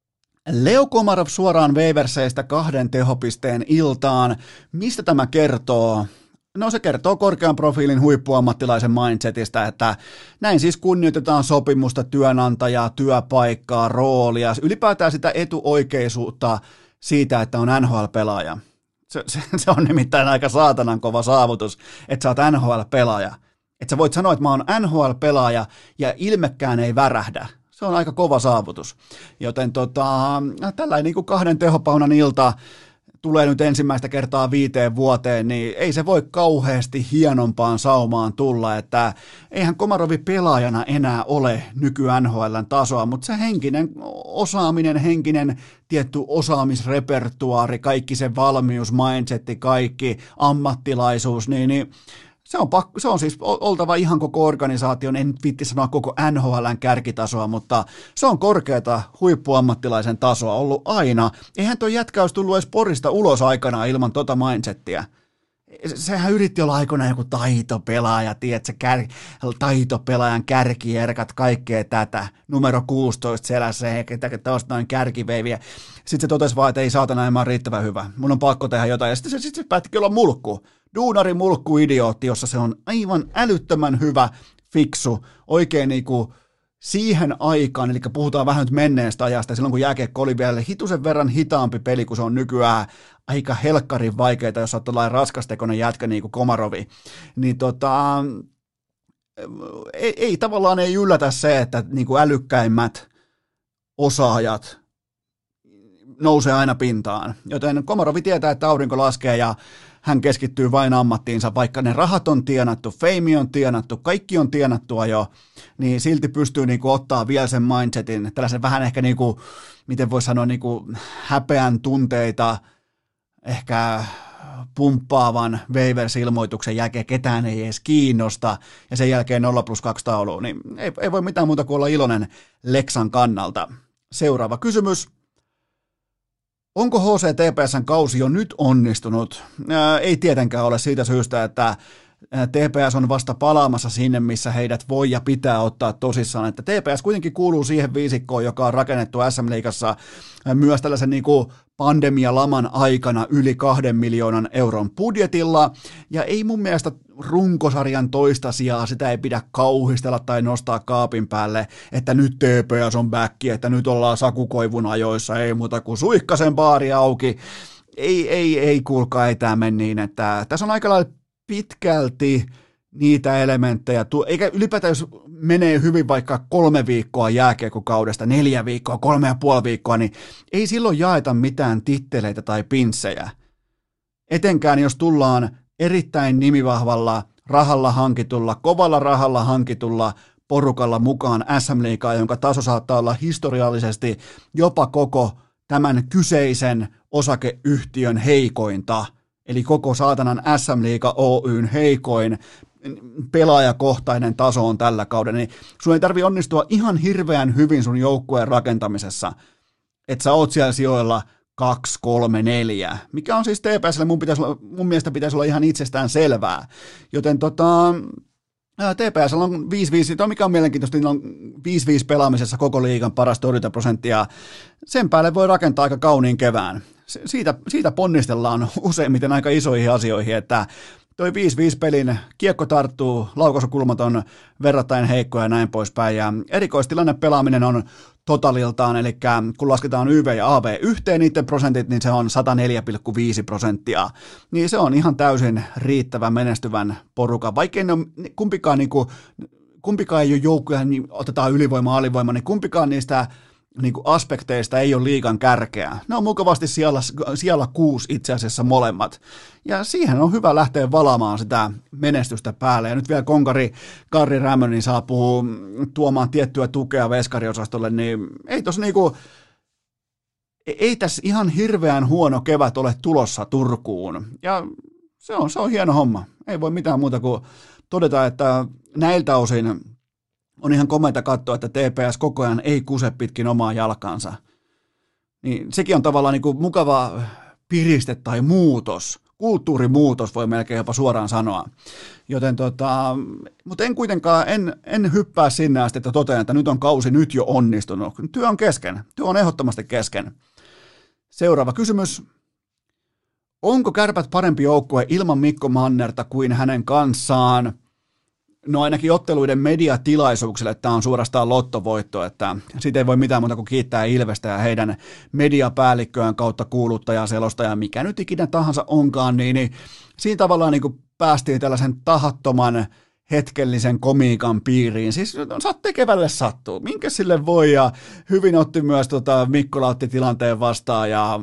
Leo Komarov suoraan Waverseistä kahden tehopisteen iltaan. Mistä tämä kertoo? No se kertoo korkean profiilin huippuammattilaisen mindsetistä, että näin siis kunnioitetaan sopimusta, työnantajaa, työpaikkaa, roolia, ylipäätään sitä etuoikeisuutta siitä, että on N H L-pelaaja. Se, se, se on nimittäin aika saatanan kova saavutus, että sä oot N H L-pelaaja. Että sä voit sanoa, että mä oon N H L-pelaaja ja ilmekään ei värähdä. Se on aika kova saavutus. Joten tota, tällainen niin kuin kahden tehopaunan ilta tulee nyt ensimmäistä kertaa viiteen vuoteen, niin ei se voi kauheasti hienompaan saumaan tulla, että eihän Komarovi pelaajana enää ole nyky-N H L:n tasoa, mutta se henkinen osaaminen, henkinen tietty osaamisrepertuaari, kaikki se valmius, mindsetti, kaikki ammattilaisuus, niin, niin se on, pakko, se on siis oltava ihan koko organisaation, en viitti sanoa koko N H L:n kärkitasoa, mutta se on korkeata huippuammattilaisen tasoa ollut aina. Eihän tuo jätkä olisi tullut edes Porista ulos aikanaan ilman tota mindsettiä. Sehän yritti olla aikoinaan joku taitopelaaja, tiedätkö, kär, taitopelaajan kärkierkat, kaikkea tätä, numero kuusitoista selässä, tuosta noin kärkiveiviä. Sitten se totesi vaan, että ei saatana, en mä ole riittävän hyvä, mun on pakko tehdä jotain, ja sitten se, sit se päättikin olla mulkku. Duunari mulkku idiootti, jossa se on aivan älyttömän hyvä, fiksu, oikein niinku siihen aikaan, eli puhutaan vähän nyt menneestä ajasta, silloin kun jääkiekko oli vielä hitusen verran hitaampi peli, kun se on nykyään aika helkkarin vaikeita, jos olet tällainen raskastekoinen jätkä niin kuin Komarovi, niin tota, ei, ei tavallaan ei yllätä se, että niin kuin älykkäimmät osaajat nousee aina pintaan, joten Komarovi tietää, että aurinko laskee ja hän keskittyy vain ammattiinsa, vaikka ne rahat on tienattu, feimi on tienattu, kaikki on tienattua jo, niin silti pystyy niinku ottaa vielä sen mindsetin, tällaisen vähän ehkä, niinku, miten voi sanoa, niinku häpeän tunteita, ehkä pumppaavan Waivers-ilmoituksen jälkeen ketään ei edes kiinnosta, ja sen jälkeen nolla plus kaksi tauluun, niin ei, ei voi mitään muuta kuin olla iloinen Leksan kannalta. Seuraava kysymys. Onko H C T P S:n kausi jo nyt onnistunut? Ää, ei tietenkään ole siitä syystä, että T P S on vasta palaamassa sinne, missä heidät voi ja pitää ottaa tosissaan. Että T P S kuitenkin kuuluu siihen viisikkoon, joka on rakennettu S M-liigassa myös tällaisen niin kuin pandemialaman aikana yli kahden miljoonan euron budjetilla. Ja ei mun mielestä runkosarjan toista sijaa, sitä ei pidä kauhistella tai nostaa kaapin päälle, että nyt T P S on back, että nyt ollaan Sakukoivun ajoissa, ei muuta kuin suihkasen baari auki. Ei, ei, ei kuulkaa, ei tämä mene niin, että tässä on aika lailla pitkälti niitä elementtejä, eikä ylipäätään jos menee hyvin vaikka kolme viikkoa jääkiekkokaudesta, neljä viikkoa, kolme ja puoli viikkoa, niin ei silloin jaeta mitään titteleitä tai pinssejä. Etenkään jos tullaan erittäin nimivahvalla, rahalla hankitulla, kovalla rahalla hankitulla porukalla mukaan S M-liigaan, jonka taso saattaa olla historiallisesti jopa koko tämän kyseisen osakeyhtiön heikointa, eli koko saatanan S M-liiga Oyn heikoin pelaajakohtainen taso on tällä kaudella, niin sun ei tarvitse onnistua ihan hirveän hyvin sun joukkueen rakentamisessa, että sä oot siellä sijoilla kaksi, kolme, neljä, mikä on siis T P S:lle mun, pitäisi olla, mun mielestä pitäisi olla ihan itsestään selvää, joten tota, T P S:llä on viisi viisi, tuo mikä on mielenkiintoista, niin on viisi viisi pelaamisessa koko liigan paras torjuntaprosenttia, sen päälle voi rakentaa aika kauniin kevään. Siitä, siitä ponnistellaan useimmiten aika isoihin asioihin, että toi viisi viisi pelin kiekko tarttuu, laukaisukulmat on verrattain heikkoja ja näin poispäin, ja erikoistilanne pelaaminen on totaliltaan, eli kun lasketaan Y V ja A V yhteen niiden prosentit, niin se on sata neljä pilkku viisi prosenttia, niin se on ihan täysin riittävän menestyvän porukan, vaikka ne on kumpikaan, niin kuin, kumpikaan ei ole joukkoja, niin otetaan ylivoima, alivoima, niin kumpikaan niistä niin kuin aspekteista ei ole liigan kärkeä. Ne on mukavasti siellä, siellä kuusi itse asiassa molemmat. Ja siihen on hyvä lähteä valaamaan sitä menestystä päälle. Ja nyt vielä konkari Karri Rämönen saapuu tuomaan tiettyä tukea veskariosastolle, niin ei tossa niinku, ei tässä ihan hirveän huono kevät ole tulossa Turkuun. Ja se on, se on hieno homma. Ei voi mitään muuta kuin todeta, että näiltä osin on ihan komeita katsoa, että T P S koko ajan ei kuse pitkin omaa jalkansa. Niin sekin on tavallaan niin kuin mukava piriste tai muutos kulttuurimuutos, voi melkein jopa suoraan sanoa. Joten tota, mutta en kuitenkaan, en, en hyppää sinne asti, että totean, että nyt on kausi nyt jo onnistunut. Työ on kesken, työ on ehdottomasti kesken. Seuraava kysymys. Onko Kärpät parempi joukkue ilman Mikko Mannerta kuin hänen kanssaan? No ainakin otteluiden mediatilaisuuksille tämä on suorastaan lottovoitto, että siitä ei voi mitään muuta kuin kiittää Ilvestä ja heidän mediapäällikköään kautta kuuluttajaa, selostajaa, mikä nyt ikinä tahansa onkaan, niin, niin siinä tavallaan niin kuin päästiin tällaisen tahattoman hetkellisen komiikan piiriin. Siis saat tekevälle sattuu, minkä sille voi, ja hyvin otti myös tota, Mikko Lautti tilanteen vastaan, ja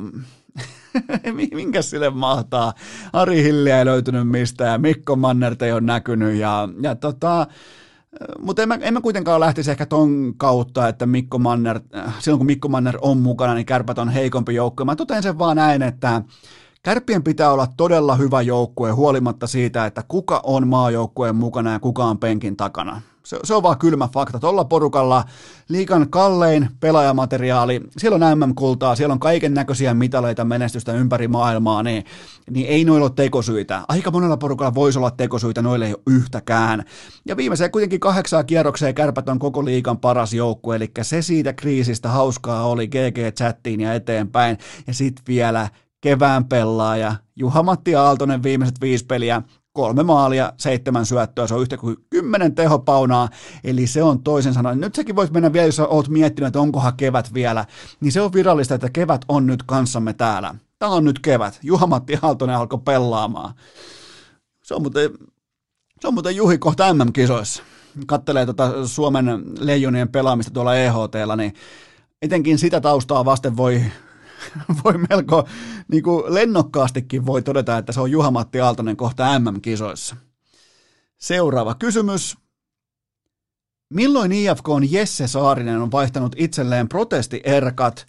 minkä sille mahtaa. Ari Hilliä ei löytynyt mistään, Mikko Mannert ei ole näkynyt, ja, ja tota, mutta en mä, en mä kuitenkaan lähtisi ehkä ton kautta, että Mikko Manner, silloin kun Mikko Manner on mukana, niin Kärpät on heikompi joukkue. Mä totean sen vaan näin, että Kärppien pitää olla todella hyvä joukkue huolimatta siitä, että kuka on maajoukkueen mukana ja kuka on penkin takana. Se, se on vaan kylmä fakta. Tuolla porukalla liigan kallein pelaajamateriaali, siellä on M M-kultaa, siellä on kaiken näköisiä mitaleita menestystä ympäri maailmaa, niin, niin ei noilla ole tekosyitä. Aika monella porukalla voisi olla tekosyitä, noille ei ole yhtäkään. Ja viimeiseen kuitenkin kahdeksaa kierrokseen Kärpät on koko liigan paras joukkue, eli se siitä kriisistä hauskaa oli G G-chattiin ja eteenpäin. Ja sitten vielä kevään pelaaja Juha-Matti Aaltonen viimeiset viisi peliä, kolme maalia, seitsemän syöttöä, se on yhtä kuin kymmenen tehopaunaa, eli se on toisen sanoen. Nyt sekin voisi mennä vielä, jos olet miettinyt, että onkohan kevät vielä, niin se on virallista, että kevät on nyt kanssamme täällä. Tämä on nyt kevät. Juha-Matti Aaltonen alkoi pelaamaan. Se on muuten, se on muuten Juhi kohta M M-kisoissa. Kattelee tuota Suomen leijonien pelaamista tuolla E H T:llä, niin etenkin sitä taustaa vasten voi voi melko niin kuin lennokkaastikin voi todeta, että se on Juha-Matti Aaltonen kohta M M-kisoissa. Seuraava kysymys. Milloin I F K:n Jesse Saarinen on vaihtanut itselleen protestierkat?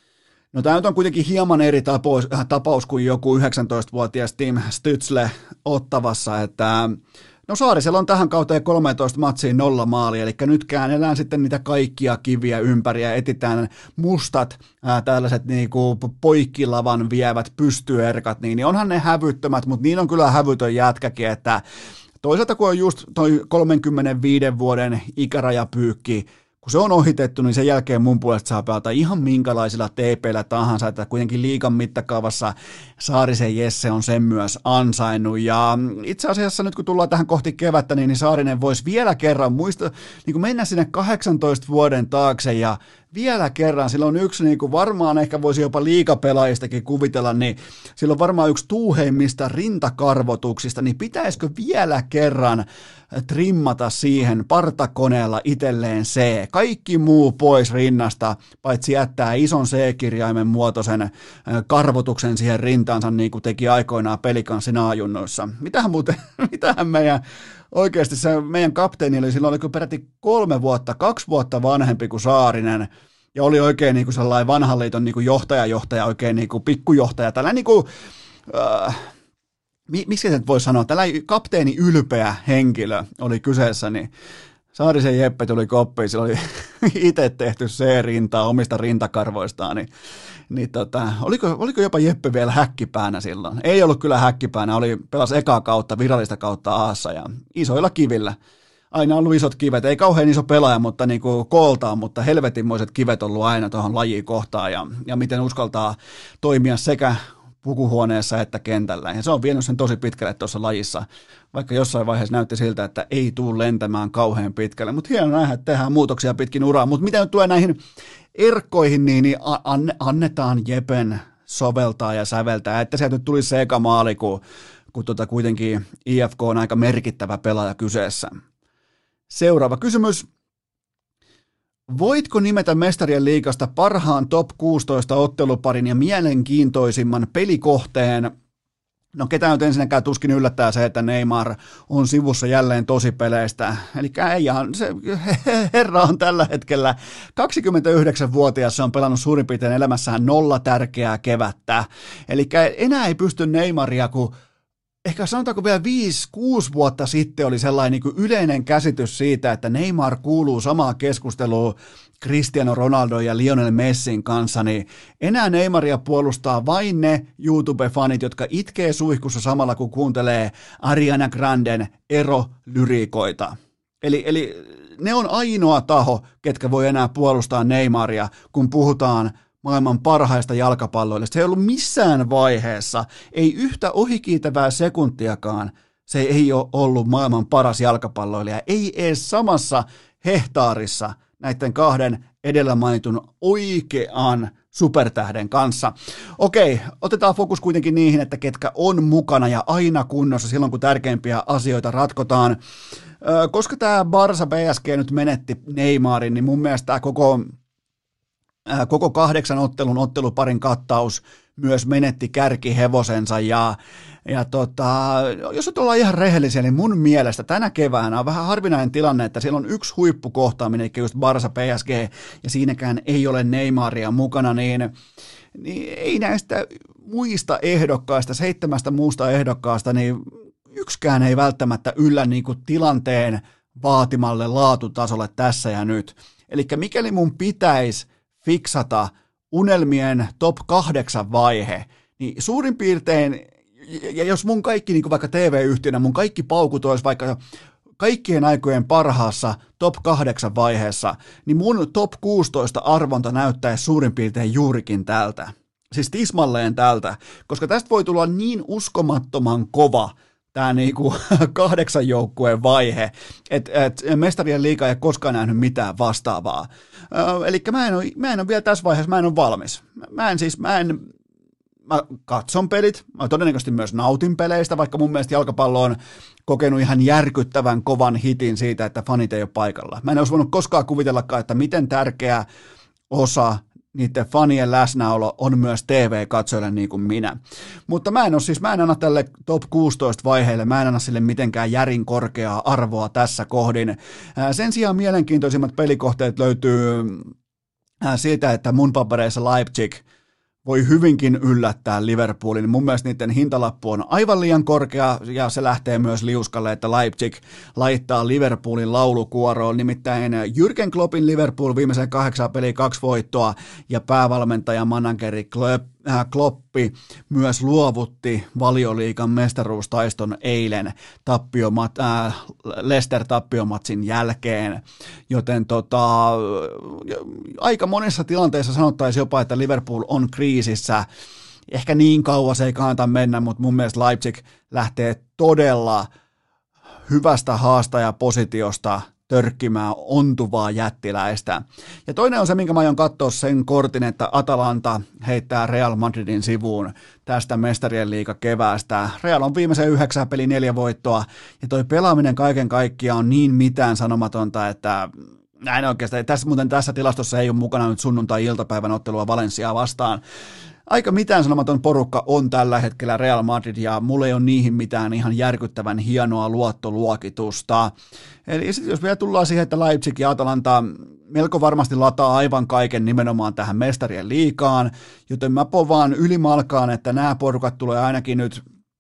No tämä nyt on kuitenkin hieman eri tapaus, tapaus kuin joku yhdeksäntoistavuotias Tim Stützle Ottavassa, että no Saarisella on tähän kauteen kolmetoista matsiin nolla maali, eli nyt käännellään sitten niitä kaikkia kiviä ympäri ja etitään mustat ää, tällaiset niinku poikkilavan vievät pystyerkat, niin, niin onhan ne hävyttömät, mutta niin on kyllä hävytön jätkäkin, että toisaalta kun on just toi kolmekymmentäviiden vuoden ikärajapyykki, kun se on ohitettu, niin sen jälkeen mun puolesta saa pelata ihan minkälaisilla teepeillä tahansa, että kuitenkin liigan mittakaavassa Saarisen Jesse on sen myös ansainnut. Ja itse asiassa nyt kun tullaan tähän kohti kevättä, niin Saarinen voisi vielä kerran muista, niin kuin mennä sinne kahdeksantoista vuoden taakse ja vielä kerran, sillä on yksi, niin kuin varmaan ehkä voisi jopa liigapelaajistakin kuvitella, niin sillä on varmaan yksi tuuheimmista rintakarvotuksista, niin pitäisikö vielä kerran trimmata siihen partakoneella itselleen C, kaikki muu pois rinnasta, paitsi jättää ison C-kirjaimen muotoisen karvotuksen siihen rintaansa, niin kuin teki aikoinaan Pelikanssin A-junnoissa. Mitähän muuten, mitähän meidän oikeasti se meidän kapteeni oli silloin, oliko peräti kolme vuotta, kaksi vuotta vanhempi kuin Saarinen, ja oli oikein niin kuin sellainen vanhan liiton niin kuin johtaja, johtaja, oikein niin kuin pikkujohtaja, tällainen niin kuin, äh, miksi se voi sanoa, tällainen kapteeni ylpeä henkilö oli kyseessä, niin Saarisen Jeppe tuli koppiin, sillä oli itse tehty C-rintaa omista rintakarvoistaan, niin, niin tota, oliko, oliko jopa Jeppe vielä häkkipäänä silloin? Ei ollut kyllä häkkipäänä, oli pelas ekaa kautta, virallista kautta Aassa ja isoilla kivillä. Aina ollut isot kivet, ei kauhean iso pelaaja, mutta niin kuin kooltaan, mutta helvetinmoiset kivet ollut aina tuohon lajiin kohtaan ja, ja miten uskaltaa toimia sekä pukuhuoneessa että kentällä. Ja se on vienyt sen tosi pitkälle tuossa lajissa, vaikka jossain vaiheessa näytti siltä, että ei tule lentämään kauhean pitkälle. Mutta hienoa nähdä, että tehdään muutoksia pitkin uraa. Mutta mitä nyt tulee näihin erkkoihin, niin, niin annetaan Jepen soveltaa ja säveltää, että sieltä nyt tulisi se eka maali, kun, kun tota kuitenkin I F K on aika merkittävä pelaaja kyseessä. Seuraava kysymys. Voitko nimetä Mestarien liigasta parhaan top kuusitoista otteluparin ja mielenkiintoisimman pelikohteen? No ketään nyt ensinnäkään tuskin yllättää se, että Neymar on sivussa jälleen tosipeleistä. Eli eihän se herra on tällä hetkellä kaksikymmentäyhdeksänvuotias, se on pelannut suurin piirtein elämässään nolla tärkeää kevättä. Eli enää ei pysty Neymaria, kun ehkä sanotaanko vielä viisi kuusi vuotta sitten oli sellainen niin kuin yleinen käsitys siitä, että Neymar kuuluu samaa keskustelua Cristiano Ronaldo ja Lionel Messin kanssa, niin enää Neymaria puolustaa vain ne YouTube-fanit, jotka itkee suihkussa samalla kun kuuntelee Ariana Granden erolyriikoita. Eli, eli ne on ainoa taho, ketkä voi enää puolustaa Neymaria, kun puhutaan maailman parhaista jalkapalloilijoista. Se ei ollut missään vaiheessa, ei yhtä ohikiitävää sekuntiakaan, se ei ole ollut maailman paras jalkapalloilija, ei edes samassa hehtaarissa näiden kahden edellä mainitun oikean supertähden kanssa. Okei, otetaan fokus kuitenkin niihin, että ketkä on mukana ja aina kunnossa silloin, kun tärkeimpiä asioita ratkotaan. Koska tämä Barça B S G nyt menetti Neymarin, niin mun mielestä tämä koko, koko kahdeksan ottelun otteluparin kattaus myös menetti kärkihevosensa ja, ja tota, jos nyt ollaan ihan rehellisiä, niin mun mielestä tänä keväänä on vähän harvinainen tilanne, että siellä on yksi huippukohtaaminen, eli just Barça P S G, ja siinäkään ei ole Neymaria mukana, niin, niin ei näistä muista ehdokkaista, seitsemästä muusta ehdokkaasta, niin yksikään ei välttämättä yllä niin kuin tilanteen vaatimalle laatutasolle tässä ja nyt. Eli mikäli mun pitäisi fiksata unelmien top kahdeksan vaihe, niin suurin piirtein, ja jos mun kaikki, niin kuin vaikka T V-yhtiönä, mun kaikki paukut olisi vaikka kaikkien aikojen parhaassa top kahdeksan vaiheessa, niin mun top kuusitoista arvonta näyttäisi suurin piirtein juurikin tältä. Siis tismalleen tältä, koska tästä voi tulla niin uskomattoman kova tämä niinku kahdeksan joukkueen vaihe, että et mestarien liiga ei ole koskaan nähnyt mitään vastaavaa. Öö, eli mä en, ole, mä en ole vielä tässä vaiheessa, mä en ole valmis. Mä en siis, mä en, mä katson pelit, mä todennäköisesti myös nautin peleistä, vaikka mun mielestä jalkapallo on kokenut ihan järkyttävän kovan hitin siitä, että fanit ei ole paikalla. Mä en olisi voinut koskaan kuvitellakaan, että miten tärkeä osa niiden fanien läsnäolo on myös T V-katsojille niin kuin minä. Mutta mä en ole siis, mä en anna tälle top kuusitoista vaiheelle, mä en anna sille mitenkään järin korkeaa arvoa tässä kohdin. Sen sijaan mielenkiintoisimmat pelikohteet löytyy siitä, että mun papereissa Leipzig voi hyvinkin yllättää Liverpoolin. Mun mielestä niiden hintalappu on aivan liian korkea ja se lähtee myös liuskalle, että Leipzig laittaa Liverpoolin laulukuoroon. Nimittäin Jürgen Kloppin Liverpool viimeisen kahdeksan peliä kaksi voittoa ja päävalmentaja manageri Kloppi myös luovutti Valioliigan mestaruustaiston eilen tappiomat, äh, Leicester-tappiomatsin jälkeen, joten tota, aika monessa tilanteessa sanottaisiin jopa, että Liverpool on kriisissä. Ehkä niin kauas ei kannata mennä, mutta mun mielestä Leipzig lähtee todella hyvästä haastajapositiosta törkkimään ontuvaa jättiläistä. Ja toinen on se, minkä mä aion katsoa sen kortin, että Atalanta heittää Real Madridin sivuun tästä mestarien liiga keväästä. Real on viimeisen yhdeksän peli neljä voittoa, ja toi pelaaminen kaiken kaikkiaan on niin mitään sanomatonta, että näin oikeastaan. Tässä, muuten tässä tilastossa ei ole mukana nyt sunnuntai-iltapäivän ottelua Valenciaa vastaan. Aika mitään sanomaton porukka on tällä hetkellä Real Madrid, ja mulla ei ole niihin mitään ihan järkyttävän hienoa luottoluokitusta. Eli sitten jos vielä tullaan siihen, että Leipzig ja Atalanta melko varmasti lataa aivan kaiken nimenomaan tähän mestarien liigaan, joten mä povaan ylimalkaan, että nämä porukat tulee ainakin nyt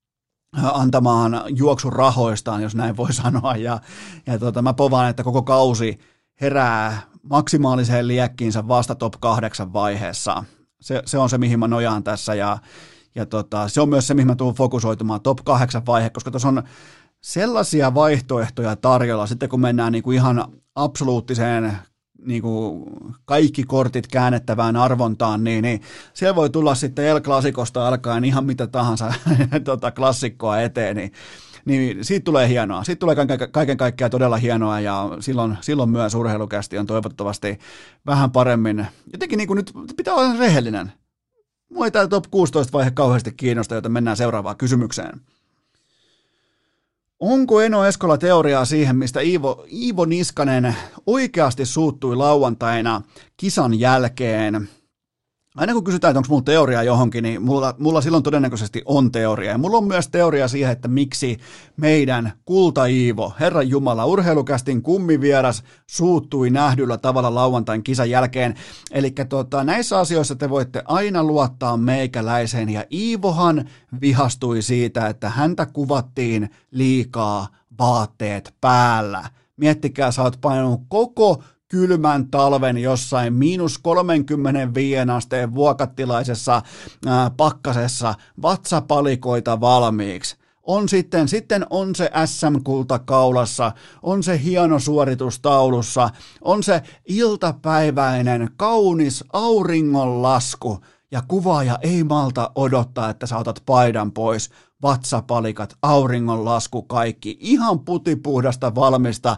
antamaan juoksun rahoistaan, jos näin voi sanoa, ja, ja tota, mä povaan, että koko kausi herää maksimaaliseen liekkiinsä vasta top kahdeksan vaiheessa. Se, se on se, mihin mä nojaan tässä, ja, ja tota, se on myös se, mihin mä tuun fokusoitumaan, top kahdeksan vaihe, koska tuossa on sellaisia vaihtoehtoja tarjolla, sitten kun mennään niinku ihan absoluuttiseen niinku kaikki kortit käännettävään arvontaan, niin, niin siellä voi tulla sitten El Clasicosta alkaen ihan mitä tahansa tota, klassikkoa eteen, niin niin siitä tulee hienoa. Siitä tulee kaiken kaikkiaan todella hienoa, ja silloin, silloin myös urheilukästi on toivottavasti vähän paremmin. Jotenkin niin kuin nyt pitää olla rehellinen. Mua ei tämä top kuusitoista vaihe kauheasti kiinnosta, joten mennään seuraavaan kysymykseen. Onko Eno Eskola teoriaa siihen, mistä Iivo, Iivo Niskanen oikeasti suuttui lauantaina kisan jälkeen? aina kun kysytään, että onko mulla teoria johonkin, niin mulla, mulla silloin todennäköisesti on teoria. Ja mulla on myös teoria siihen, että miksi meidän Kulta-Iivo, Herran Jumala, urheilukästin kummivieras, suuttui nähdyllä tavalla lauantain kisan jälkeen. Eli tota, näissä asioissa te voitte aina luottaa meikäläiseen, ja Iivohan vihastui siitä, että häntä kuvattiin liikaa vaatteet päällä. Miettikää, sä oot painanut koko kylmän talven jossain miinus kolmekymmentäviisi asteen vuokattilaisessa ää, pakkasessa vatsapalikoita valmiiksi. On sitten, sitten on se äs äm-kulta kaulassa, on se hieno suoritus taulussa, on se iltapäiväinen kaunis auringonlasku ja kuvaaja ei malta odottaa, että sä otat paidan pois. Vatsapalikat, auringonlasku, kaikki, ihan putipuhdasta valmista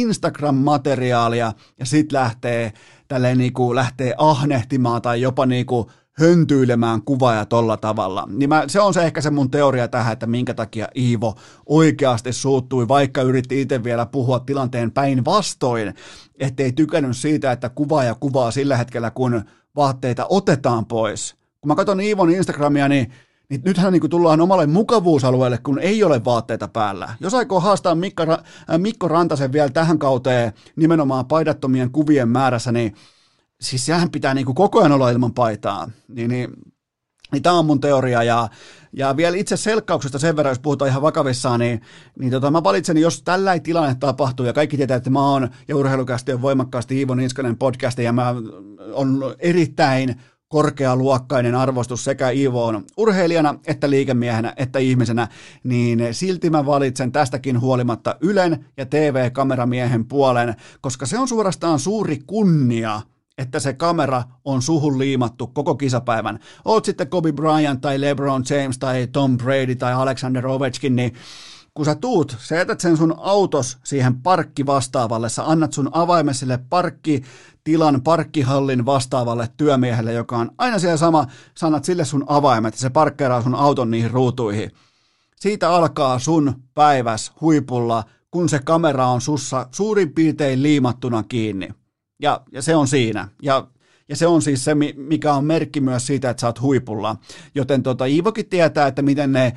Instagram-materiaalia ja sit lähtee tälleen niinku lähtee ahnehtimaan tai jopa niinku höntyilemään kuvaaja tolla tavalla. Niin mä, se on se ehkä se mun teoria tähän, että minkä takia Iivo oikeasti suuttui, vaikka yritti itse vielä puhua tilanteen päinvastoin, ettei tykännyt siitä, että kuvaaja kuvaa sillä hetkellä, kun vaatteita otetaan pois. Kun mä katson Iivon Instagramia, niin niin nythän niin tullaan omalle mukavuusalueelle, kun ei ole vaatteita päällä. Jos aikoo haastaa Mikko, äh, Mikko Rantasen vielä tähän kauteen nimenomaan paidattomien kuvien määrässä, niin siis sehän pitää niin koko ajan olla ilman paitaa. Niin, niin, niin tämä on mun teoria. Ja, ja vielä itse selkkauksesta sen verran, jos puhutaan ihan vakavissaan, niin, niin tota, mä valitsen, jos tällä tilanne tapahtuu, ja kaikki tietää, että mä oon, ja Urheilukästi on voimakkaasti Iivo Niskanen podcast, ja mä on erittäin korkealuokkainen arvostus sekä Iivoon urheilijana, että liikemiehenä, että ihmisenä, niin silti mä valitsen tästäkin huolimatta Ylen ja T V-kameramiehen puolen, koska se on suorastaan suuri kunnia, että se kamera on suhun liimattu koko kisapäivän. Oot sitten Kobe Bryant tai LeBron James tai Tom Brady tai Alexander Ovechkin, niin kun sä tuut, sä jätät sen sun autos siihen parkkivastaavalle, sä annat sun avaimen sille parkkitilan, parkkihallin vastaavalle työmiehelle, joka on aina siellä sama, sä annat sille sun avaimet ja se parkkeeraa sun auton niihin ruutuihin. Siitä alkaa sun päiväs huipulla, kun se kamera on sussa suurin piirtein liimattuna kiinni. Ja, ja se on siinä. Ja Ja se on siis se, mikä on merkki myös siitä, että sä oot huipulla. Joten tota, Iivokin tietää, että miten ne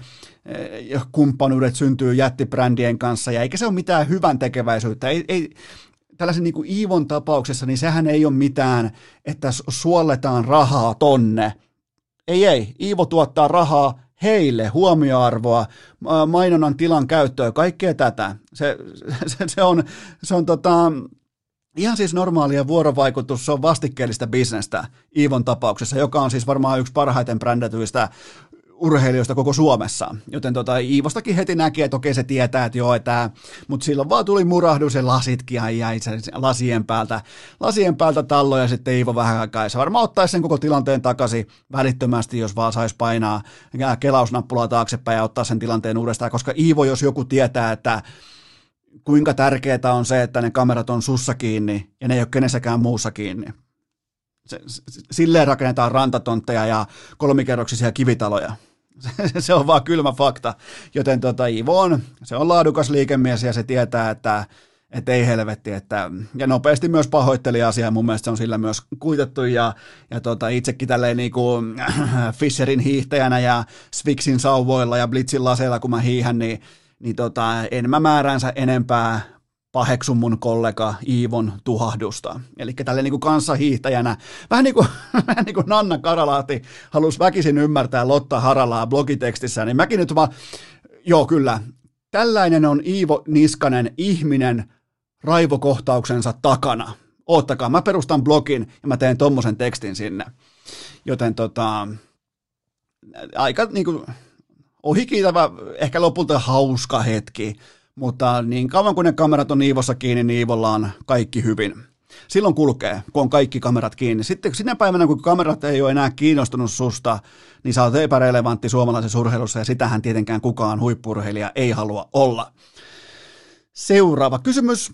kumppanuudet syntyy jättibrändien kanssa, ja eikä se ole mitään hyvän tekeväisyyttä. Ei, ei, tällaisen niin kuin Iivon tapauksessa, niin sehän ei ole mitään, että suolletaan rahaa tonne. Ei, ei. Iivo tuottaa rahaa heille, huomioarvoa, mainonnan tilan käyttöä, kaikkea tätä. Se, se, se on, se on tota... Ihan siis normaalia vuorovaikutus, se on vastikkeellista bisnestä Iivon tapauksessa, joka on siis varmaan yksi parhaiten brändätyistä urheilijoista koko Suomessa. Joten tota, Iivostakin heti näki, että okei se tietää, että joo, että, mutta silloin vaan tuli murahdus ja lasitkin jäi lasien päältä, lasien päältä talloja ja sitten Iivo vähän aikaa. Ja se varmaan ottaisi sen koko tilanteen takaisin välittömästi, jos vaan saisi painaa kelausnappulaa taaksepäin ja ottaa sen tilanteen uudestaan, koska Iivo, jos joku tietää, että kuinka tärkeää on se, että ne kamerat on sussa kiinni ja ne ei ole kenessäkään muussa kiinni. Se, se, silleen rakennetaan rantatontteja ja kolmikerroksisia kivitaloja. Se, se on vaan kylmä fakta. Joten tota, Iivo on, se on laadukas liikemies ja se tietää, että et ei helvetti. Että, ja nopeasti myös pahoitteli asiaa. Mun mielestä se on sillä myös kuitettu. Ja, ja tota, itsekin tälleen niin kuin Fisherin hiihtäjänä ja Swixin sauvoilla ja Blitzin laseilla, kun mä hiihän, niin niin tota, en mä määränsä enempää paheksun mun kollega Iivon tuhahdusta. Eli tälleen niin kuin kanssahiihtäjänä, vähän niin kuin, vähän niin kuin Nanna Karalahti halusi väkisin ymmärtää Lotta Haralaa blogitekstissä, niin mäkin nyt vaan, joo kyllä, tällainen on Iivo Niskanen ihminen raivokohtauksensa takana. Oottakaa, mä perustan blogin ja mä teen tommosen tekstin sinne. Joten tota, aika niin kuin ohikiitävä, ehkä lopulta hauska hetki, mutta niin kauan kuin ne kamerat on Iivossa kiinni, niin Iivolla on kaikki hyvin. Silloin kulkee, kun on kaikki kamerat kiinni. Sitten sinä päivänä, kun kamerat ei ole enää kiinnostunut susta, niin sä oot epärelevantti suomalaisessa urheilussa, ja sitähän tietenkään kukaan huippu-urheilija ei halua olla. Seuraava kysymys.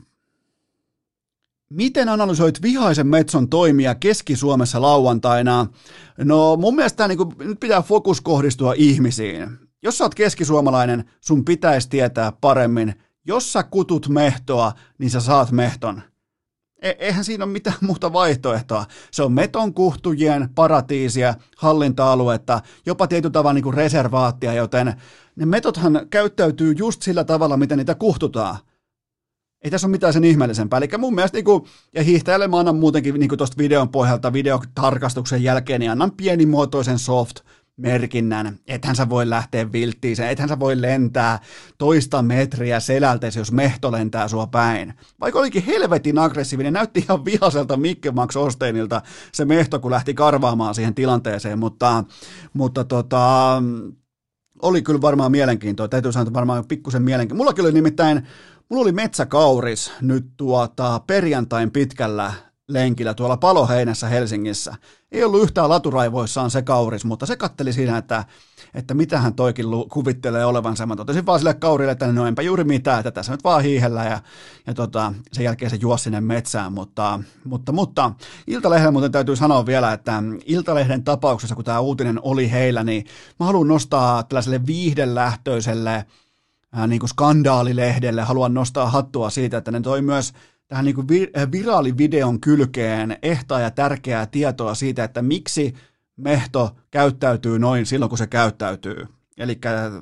Miten analysoit Vihaisen Metson toimia Keski-Suomessa lauantaina? No mun mielestä tämä, niin kuin, nyt pitää fokus kohdistua ihmisiin. Jos sä oot keskisuomalainen, sun pitäisi tietää paremmin. Jos sä kutut mehtoa, niin sä saat mehton. E- eihän siinä ole mitään muuta vaihtoehtoa. Se on metonkuhtujien paratiisia, hallinta-aluetta, jopa tietyllä tavalla niin kuin reservaattia, joten ne metothan käyttäytyy just sillä tavalla, miten niitä kuhtutaan. Ei tässä ole mitään sen ihmeellisempää. Eli mun mielestä, niin kuin, ja hiihtäjälle mä annan muutenkin niin tuosta videon pohjalta, videotarkastuksen jälkeen, niin annan pienimuotoisen soft-merkinnän. Ethän sä voi lähteä vilttiin, ethän sä voi lentää toista metriä selälteesi, jos mehto lentää sua päin. Vaikka olikin helvetin aggressiivinen, näytti ihan vihaselta Mikke Max Osteinilta se mehto, kun lähti karvaamaan siihen tilanteeseen, mutta, mutta tota, oli kyllä varmaan mielenkiintoa. Täytyy sanoa, että varmaan pikkusen mielenkiintoa. Mullakin oli nimittäin Mulla oli metsäkauris nyt tuota perjantain pitkällä lenkillä tuolla Paloheinässä Helsingissä. Ei ollut yhtään laturaivoissaan se kauris, mutta se katteli siinä, että, että mitähän toikin kuvittelee olevansa. Mä totesin vaan sille kaurille, että no enpä juuri mitään, että tässä nyt vaan hiihellä ja, ja tota, sen jälkeen se juosi sinne metsään. Mutta, mutta, mutta Iltalehdellä muuten täytyy sanoa vielä, että Iltalehden tapauksessa, kun tämä uutinen oli heillä, niin mä haluan nostaa tällaiselle viihdelähtöiselle niin kuin skandaalilehdelle, haluan nostaa hattua siitä, että ne toi myös tähän niin kuin viraalivideon kylkeen ehtaa ja tärkeää tietoa siitä, että miksi mehto käyttäytyy noin silloin, kun se käyttäytyy. Eli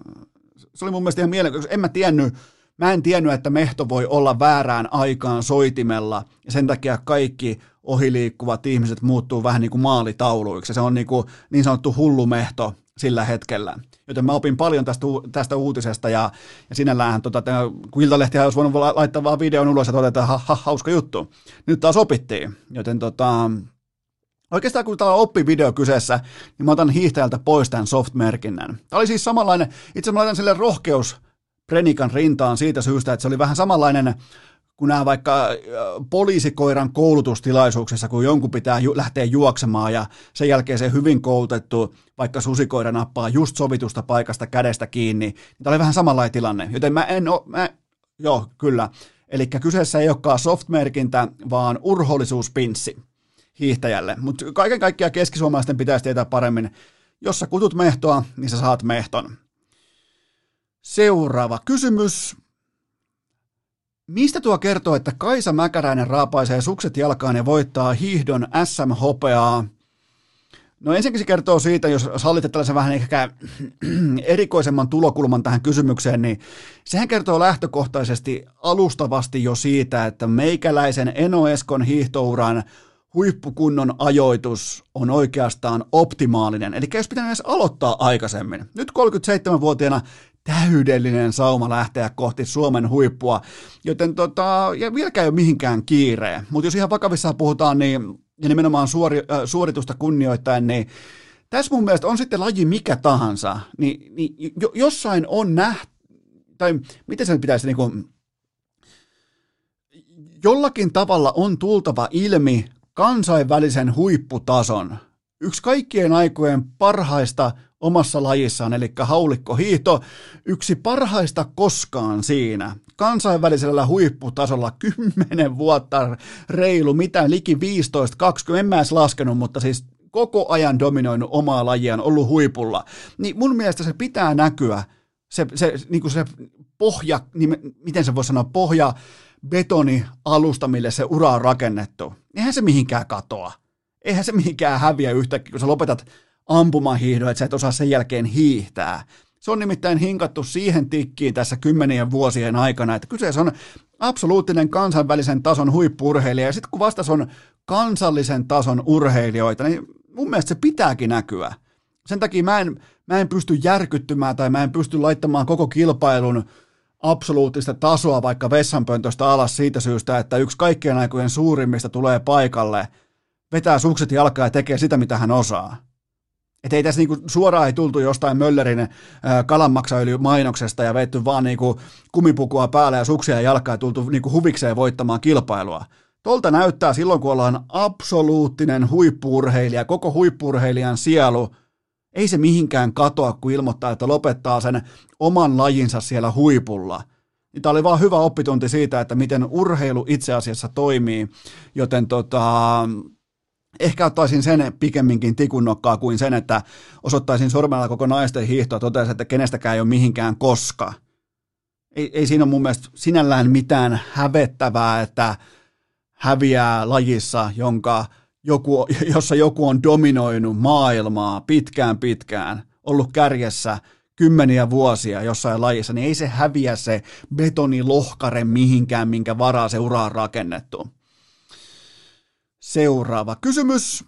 se oli mun mielestä ihan mielenkiintoista, en mä tiennyt, mä en tiennyt, että mehto voi olla väärään aikaan soitimella, ja sen takia kaikki ohiliikkuvat ihmiset muuttuu vähän niin kuin maalitauluiksi, se on niin, kuin niin sanottu hullumehto sillä hetkellä. Joten mä opin paljon tästä, tästä uutisesta ja, ja sinällään, tota, kun Iltalehtihän olisi voinut laittaa vaan videon ulos ja todeta, että ha, ha, hauska juttu. Nyt taas opittiin. Joten tota, oikeastaan kun täällä on oppivideo kyseessä, niin mä otan hiihtäjältä pois tämän soft-merkinnän. Tämä oli siis samanlainen, itse asiassa mä laitan sille rohkeusprenikan rintaan siitä syystä, että se oli vähän samanlainen kun nämä vaikka poliisikoiran koulutustilaisuuksessa, kun jonkun pitää ju- lähteä juoksemaan ja sen jälkeen se hyvin koulutettu, vaikka susikoira nappaa just sovitusta paikasta kädestä kiinni, niin tämä oli vähän samanlainen tilanne, joten mä en ole, mä, joo kyllä, eli kyseessä ei olekaan soft-merkintä, vaan urhollisuuspinssi hiihtäjälle, mutta kaiken kaikkiaan keskisuomalaisten pitäisi tietää paremmin, jos sä kutut mehtoa, niin sä saat mehton. Seuraava kysymys. Mistä tuo kertoo, että Kaisa Mäkäräinen raapaisee sukset jalkaan ja voittaa hiihdon äs äm-hopeaa? No ensinnäkin se kertoo siitä, jos sallitte tällaisen vähän ehkä erikoisemman tulokulman tähän kysymykseen, niin sehän kertoo lähtökohtaisesti alustavasti jo siitä, että meikäläisen Eno Eskon hiihtouran huippukunnon ajoitus on oikeastaan optimaalinen. Eli jos pitää edes aloittaa aikaisemmin. Nyt kolmekymmentäseitsemänvuotiaana täydellinen sauma lähteä kohti Suomen huippua, joten tota, ja vieläkään ei ole mihinkään kiireen. Mutta jos ihan vakavissaan puhutaan, niin, ja nimenomaan suori, äh, suoritusta kunnioittaen, niin tässä mun mielestä on sitten laji mikä tahansa, niin, niin jo, jossain on nähty, tai miten se pitäisi, niin kuin, jollakin tavalla on tultava ilmi kansainvälisen huipputason, yksi kaikkien aikojen parhaista omassa lajissaan, eli haulikkohiihto, yksi parhaista koskaan siinä, kansainvälisellä huipputasolla kymmenen vuotta reilu, mitä liki viisitoista kaksikymmentä, en mä edes laskenut, mutta siis koko ajan dominoinut omaa lajiaan, ollut huipulla, niin mun mielestä se pitää näkyä, se, se, niin kuin se pohja, niin miten se voi sanoa, pohja, betoni alusta, mille se ura on rakennettu, eihän se mihinkään katoa, eihän se mihinkään häviä yhtäkkiä, kun sä lopetat ampumahiihdon, että sä et osaa sen jälkeen hiihtää. Se on nimittäin hinkattu siihen tikkiin tässä kymmenien vuosien aikana, että kyseessä on absoluuttinen kansainvälisen tason huippu-urheilija, ja sitten kun vastas on kansallisen tason urheilijoita, niin mun mielestä se pitääkin näkyä. Sen takia mä en, mä en pysty järkyttymään tai mä en pysty laittamaan koko kilpailun absoluuttista tasoa vaikka vessanpöntöstä alas siitä syystä, että yksi kaikkien aikojen suurimmista tulee paikalle, vetää sukset jalkaan ja tekee sitä, mitä hän osaa. Että ei tässä niinku suoraan ei tultu jostain Möllerin kalanmaksaöljymainoksesta ja veitty vaan niinku kumipukua päälle ja suksia jalkaan ja tultu niinku huvikseen voittamaan kilpailua. Tolta näyttää silloin, kun ollaan absoluuttinen huippu-urheilija, koko huippu-urheilijan sielu, ei se mihinkään katoa, kun ilmoittaa, että lopettaa sen oman lajinsa siellä huipulla. Tämä oli vaan hyvä oppitunti siitä, että miten urheilu itse asiassa toimii, joten tota... ehkä ottaisin sen pikemminkin tikunnokkaa kuin sen, että osoittaisin sormella koko naisten hiihtoa ja toteaisin, että kenestäkään ei ole mihinkään koska. Ei, ei siinä ole mun mielestä sinällään mitään hävettävää, että häviää lajissa, jonka joku, jossa joku on dominoinut maailmaa pitkään pitkään, ollut kärjessä kymmeniä vuosia jossain lajissa, niin ei se häviä se betonilohkare mihinkään, minkä varaa se ura on rakennettu. Seuraava kysymys.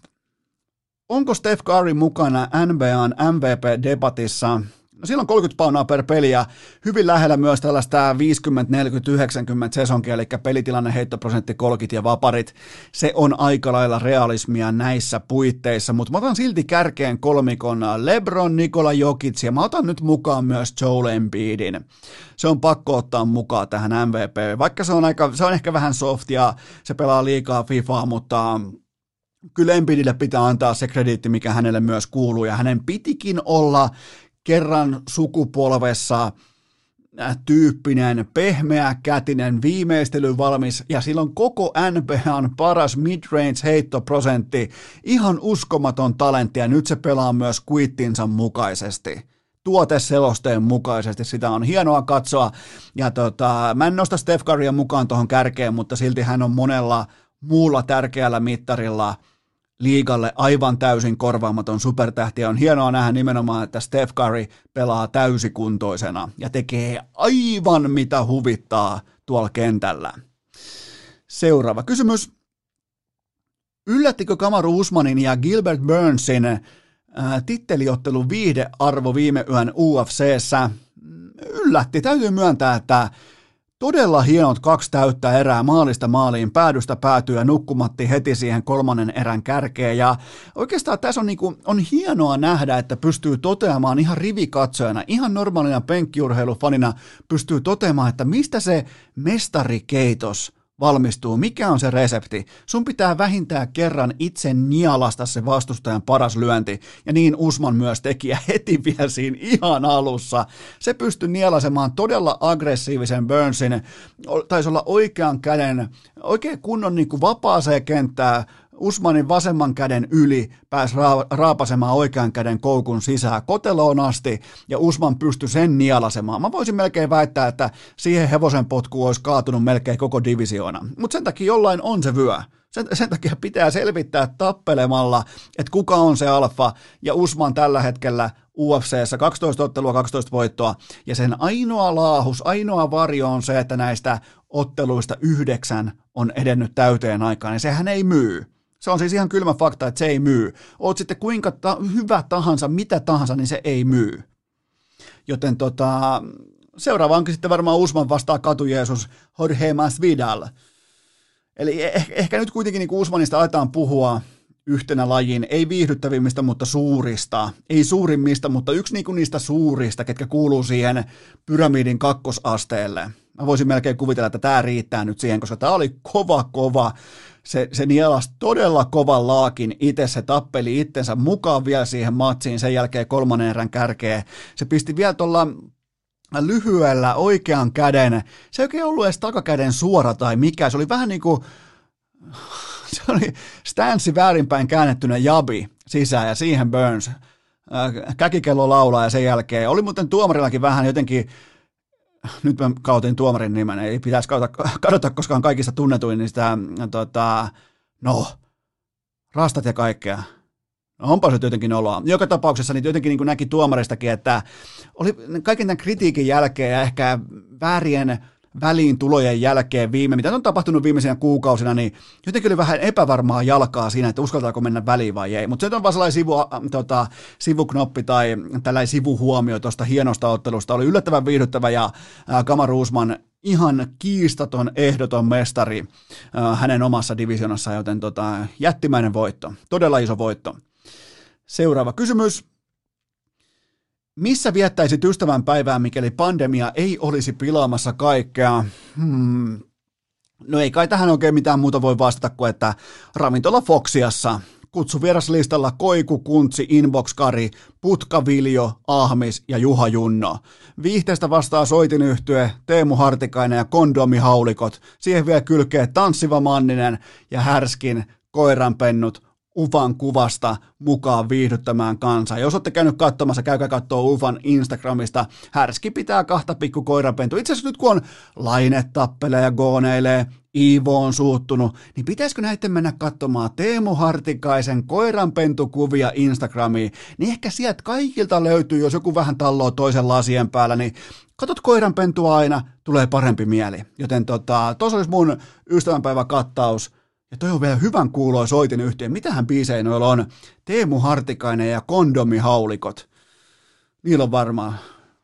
Onko Steph Curry mukana N B A:n M V P-debatissa? No silloin kolmekymmentä paunaa per peli ja hyvin lähellä myös tällaista viisikymmentä neljäkymmentä yhdeksänkymmentä sesonkia, eli pelitilanne, heittoprosentti, kolkit ja vaparit. Se on aika lailla realismia näissä puitteissa, mutta mä otan silti kärkeen kolmikon LeBron, Nikola Jokic ja mä otan nyt mukaan myös Joel Embiidin. Se on pakko ottaa mukaan tähän M V P, vaikka se on, aika, se on ehkä vähän soft ja se pelaa liikaa FIFAa, mutta kyllä Embiidille pitää antaa se krediitti, mikä hänelle myös kuuluu ja hänen pitikin olla kerran sukupolvessa tyyppinen, pehmeä kätinen, viimeistely valmis ja silloin koko N B A:n paras midrange heittoprosentti, ihan uskomaton talentti ja nyt se pelaa myös quittinsa mukaisesti. Tuoteselosteen mukaisesti, sitä on hienoa katsoa ja tota, mä en nosta Steph Currya mukaan tuohon kärkeen, mutta silti hän on monella muulla tärkeällä mittarilla liigalle aivan täysin korvaamaton supertähti ja on hienoa nähdä nimenomaan, että Steph Curry pelaa täysikuntoisena ja tekee aivan mitä huvittaa tuolla kentällä. Seuraava kysymys. Yllättikö Kamaru Usmanin ja Gilbert Burnsin ää, titteliottelun viihdearvo viime yön U F C:ssä? Yllätti, täytyy myöntää, että todella hienot kaksi täyttä erää maalista maaliin, päädystä päätyy ja nukkumatti heti siihen kolmannen erän kärkeen. Ja oikeastaan tässä on, niinku, on hienoa nähdä, että pystyy toteamaan ihan rivikatsojana, ihan normaalina penkkiurheilufanina pystyy toteamaan, että mistä se mestarikeitos valmistuu, mikä on se resepti. Sun pitää vähintään kerran itse nialasta se vastustajan paras lyönti, ja niin Usman myös teki, ja heti vielä siinä ihan alussa. Se pystyi nielasemaan todella aggressiivisen Burnsin, taisi olla oikean käden, oikein kunnon niin kuin vapaaseen kenttään, Usmanin vasemman käden yli pääsi ra- raapasemaan oikean käden koukun sisään koteloon asti, ja Usman pystyi sen nialasemaan. Mä voisin melkein väittää, että siihen hevosen potkuun olisi kaatunut melkein koko divisioona. Mutta sen takia jollain on se vyö. Sen, sen takia pitää selvittää tappelemalla, että kuka on se alfa, ja Usman tällä hetkellä U F C:ssä kaksitoista ottelua, kaksitoista voittoa, ja sen ainoa laahus, ainoa varjo on se, että näistä otteluista yhdeksän on edennyt täyteen aikaan, ja sehän ei myy. Se on siis ihan kylmä fakta, että se ei myy. Oot sitten kuinka ta- hyvä tahansa, mitä tahansa, niin se ei myy. Joten tota, seuraava onkin sitten varmaan Usman vastaa katujeesus Jorge Masvidal. Eli eh- ehkä nyt kuitenkin niin Usmanista aletaan puhua yhtenä lajiin, ei viihdyttävimmistä, mutta suurista. Ei suurimmista, mutta yksi niinku niistä suurista, ketkä kuuluu siihen pyramidin kakkosasteelle. Mä voisin melkein kuvitella, että tämä riittää nyt siihen, koska tämä oli kova, kova. Se, se nielasi todella kovan laakin itse, se tappeli itsensä mukaan vielä siihen matsiin, sen jälkeen kolmannen erän kärkeen. Se pisti vielä tuolla lyhyellä oikean käden, se ei oikein ollut edes takakäden suora tai mikä, se oli vähän niin kuin, se oli stanssi väärinpäin käännettynä jabi sisään ja siihen Burns. Käkikello laulaa ja sen jälkeen, oli muuten tuomarillakin vähän jotenkin, nyt mä kautin tuomarin nimen, ei pitäisi kadota, kadota koskaan kaikista tunnetuin, niin sitä, tota, no, rastat ja kaikkea. No, onpa se jotenkin oloa. Joka tapauksessa niin jotenkin niin näki tuomaristakin, että oli kaiken tämän kritiikin jälkeen ja ehkä väärien väliin tulojen jälkeen viime, mitä on tapahtunut viimeisinä kuukausina, niin jotenkin oli vähän epävarmaa jalkaa siinä, että uskaltaako mennä väliin vai ei. Mutta se on vaan sellainen sivu, tota, sivuknoppi tai tällainen sivuhuomio tuosta hienosta ottelusta. Oli yllättävän viihdyttävä ja ää, Kamaru Usman ihan kiistaton, ehdoton mestari ää, hänen omassa divisionassaan, joten tota, jättimäinen voitto. Todella iso voitto. Seuraava kysymys. Missä viettäisit ystävänpäivää, mikäli pandemia ei olisi pilaamassa kaikkea? Hmm. No ei kai tähän oikein mitään muuta voi vastata kuin, että ravintola Foxiassa. Kutsuvieraslistalla Koiku, Kuntsi, Inbox Kari, Putka Viljo, Ahmis ja Juha Junno. Viihteestä vastaa soitinyhtye, Teemu Hartikainen ja kondomihaulikot. Siihen vielä kylkee Tanssiva Manninen ja Härskin koiranpennut Ufan kuvasta mukaan viihdyttämään kansaa. Jos olette käynyt katsomassa, käykää katsoa Ufan Instagramista. Härski pitää kahta pikku koirapentua. Itse asiassa nyt kun on Laine tappelee ja gooneilee, Iivo on suuttunut, niin pitäisikö näiden mennä katsomaan Teemu Hartikaisen koiranpentukuvia Instagramiin, niin ehkä sieltä kaikilta löytyy, jos joku vähän talloo toisen lasien päällä, niin katot koiranpentua aina, tulee parempi mieli. Joten tota, tuossa olisi mun ystävänpäiväkattaus, ja toi on vielä hyvän kuuloi soitin yhteen. Mitähän biisejä noilla on? Teemu Hartikainen ja Kondomihaulikot. Niillä on varmaan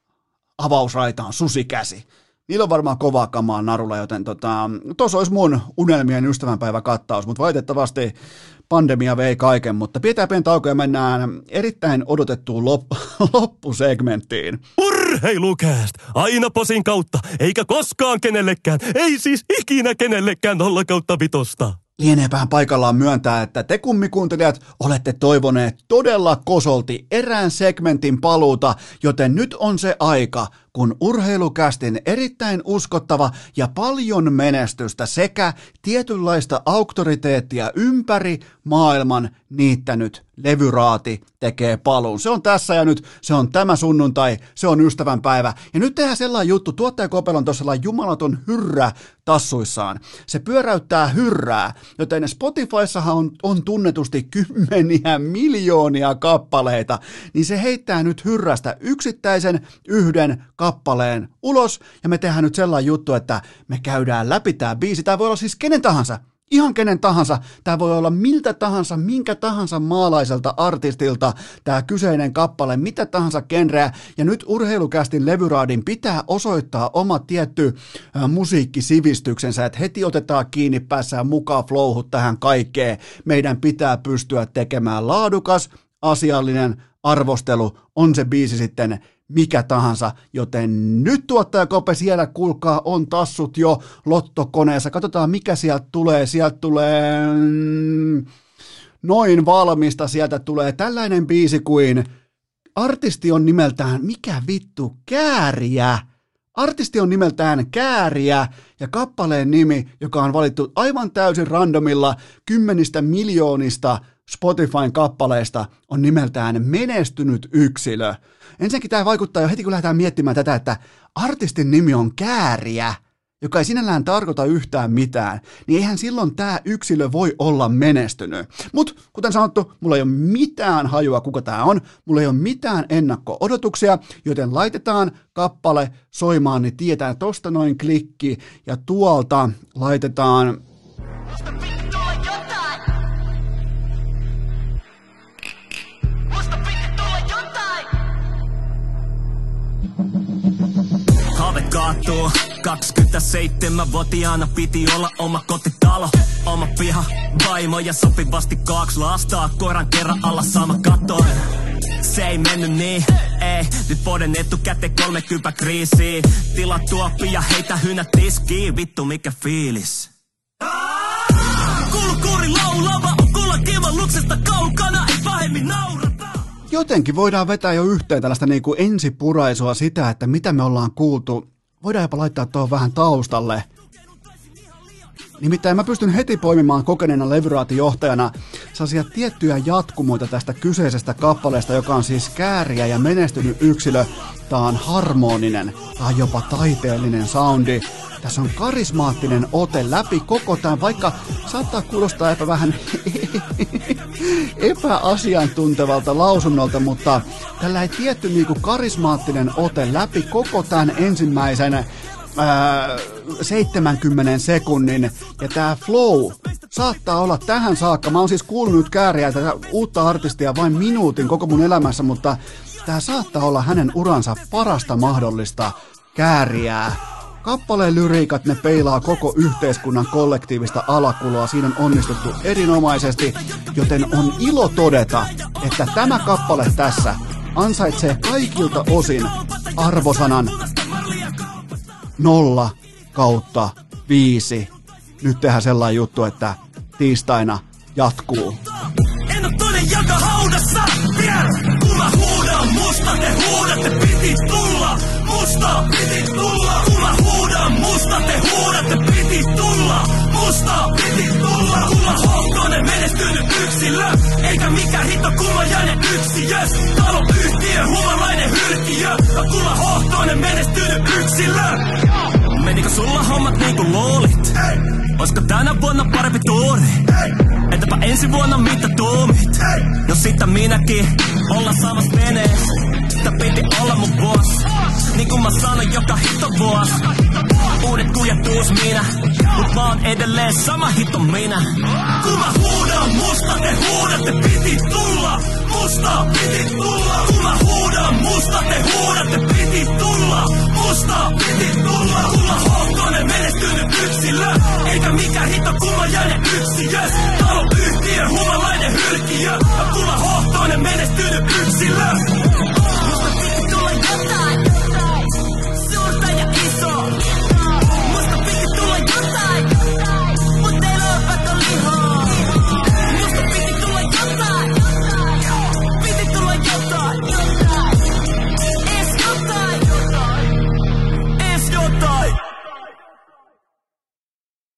avausraitaan susikäsi. Niillä on varmaan kovaa kamaa narulla, joten tota, tuossa olisi mun unelmien ystävänpäiväkattaus, mutta valitettavasti pandemia vei kaiken, mutta pidetään pieni tauko ja mennään erittäin odotettuun lop- loppusegmenttiin. Urheilukääst! Aina posin kautta, eikä koskaan kenellekään, ei siis ikinä kenellekään nolla kautta vitosta. Lieneepähän paikallaan myöntää, että te kummikuuntelijat olette toivoneet todella kosolti erään segmentin paluuta, joten nyt on se aika, kun Urheilukästin erittäin uskottava ja paljon menestystä sekä tietynlaista auktoriteettia ympäri maailman niittänyt levyraati tekee paluun. Se on tässä ja nyt, se on tämä sunnuntai, se on ystävänpäivä. Ja nyt tehdään sellainen juttu, tuottaja Kopel on tuossa sellainen jumalaton hyrrä tassuissaan. Se pyöräyttää hyrrää, joten Spotifyssahan on, on tunnetusti kymmeniä miljoonia kappaleita, niin se heittää nyt hyrrästä yksittäisen yhden kappaleen ulos, ja me tehdään nyt sellainen juttu, että me käydään läpi tämä biisi. Tämä voi olla siis kenen tahansa, ihan kenen tahansa. Tämä voi olla miltä tahansa, minkä tahansa maalaiselta artistilta tämä kyseinen kappale, mitä tahansa genreä. Ja nyt Urheilukästin levyraadin pitää osoittaa oma tietty äh, musiikkisivistyksensä, että heti otetaan kiinni, päässään mukaan flowhut tähän kaikkeen. Meidän pitää pystyä tekemään laadukas, asiallinen arvostelu, on se biisi sitten mikä tahansa, joten nyt tuottaja Kope siellä, kuulkaa, on tassut jo lottokoneessa. Katsotaan, mikä sieltä tulee. Sieltä tulee noin valmista. Sieltä tulee tällainen biisi kuin artisti on nimeltään, mikä vittu, Kääriä. Artisti on nimeltään Kääriä ja kappaleen nimi, joka on valittu aivan täysin randomilla kymmenistä miljoonista Spotifyn kappaleista, on nimeltään Menestynyt yksilö. Ensinnäkin tämä vaikuttaa jo heti, kun lähdetään miettimään tätä, että artistin nimi on Kääriä, joka ei sinällään tarkoita yhtään mitään, niin eihän silloin tämä yksilö voi olla menestynyt. Mutta kuten sanottu, mulla ei ole mitään hajua, kuka tämä on, mulla ei ole mitään ennakko-odotuksia, joten laitetaan kappale soimaan, niin tietää tosta noin klikki, ja tuolta laitetaan kaatuu. kaksikymmentäseitsemänvuotiaana piti olla oma kotitalo, oma piha, vaimo ja sopivasti kaksi lasta. Koiran kerran alla sama katoin. Se ei mennyt niin, ei. Nyt vuoden etukäteen kolmekymmentä kriisiä. Tila tuoppi ja heitä hynät tiskiin. Vittu mikä fiilis. Kulkuuri laulava, kuulla kivalluksesta kaukana, ei pahemmin naurata. Jotenkin voidaan vetää jo yhteen tällaista niin kuin ensipuraisua sitä, että mitä me ollaan kuultu. Voidaan jopa laittaa tuohon vähän taustalle. Nimittäin mä pystyn heti poimimaan kokeneena levyraatijohtajana sellaisia tiettyjä jatkumoita tästä kyseisestä kappaleesta, joka on siis Kääriä ja menestynyt yksilö. Tää on harmoninen, tää on jopa taiteellinen soundi. Tässä on karismaattinen ote läpi koko tämän, vaikka saattaa kuulostaa epä vähän epäasiantuntevalta lausunnolta, mutta tällä ei tietty niinku karismaattinen ote läpi koko tämän ensimmäisen ää, seitsemänkymmenen sekunnin, ja tää flow saattaa olla tähän saakka. Mä oon siis kuullut nyt Kääriä, tätä uutta artistia vain minuutin koko mun elämässä, mutta tää saattaa olla hänen uransa parasta mahdollista Kääriää. Kappaleen lyriikat, ne peilaa koko yhteiskunnan kollektiivista alakuloa, siinä on onnistuttu erinomaisesti, joten on ilo todeta, että tämä kappale tässä ansaitsee kaikilta osin arvosanan nolla kautta viisi. Nyt tehdään sellainen juttu, että tiistaina jatkuu. En oo toinen jalka haudassa, vielä kun mä huudan musta, te huudatte, piti tulla musta, piti tulla, kun mä huudan musta, te huudatte, piti tulla musta, piti tulla, kun mä Honkonen menestynyt yksilö. yksilö. Eikä mikään hito kumajainen yksiö. Taloyhtiö, humalainen hylkiö. Kulla hohtoinen menestynyt yksilö. Menikö sulla hommat niinku luulit? Oisko tänä vuonna parempi tuuri? Entäpä ensi vuonna mitä tuumit? No sitä minäkin, olla samassa veneessä. Tää piti olla mun boss. Niin kuin mä sanon joka hito vuos. Uudet kujat uus minä. Mut mä oon edelleen sama hito minä. Kun mä huudan musta, te huudatte piti tulla. Musta piti tulla. Kun mä huudan musta, te huudatte piti tulla. Musta piti tulla. Kun mä hohtoinen menestynyt yksilö. Eikä mikään hito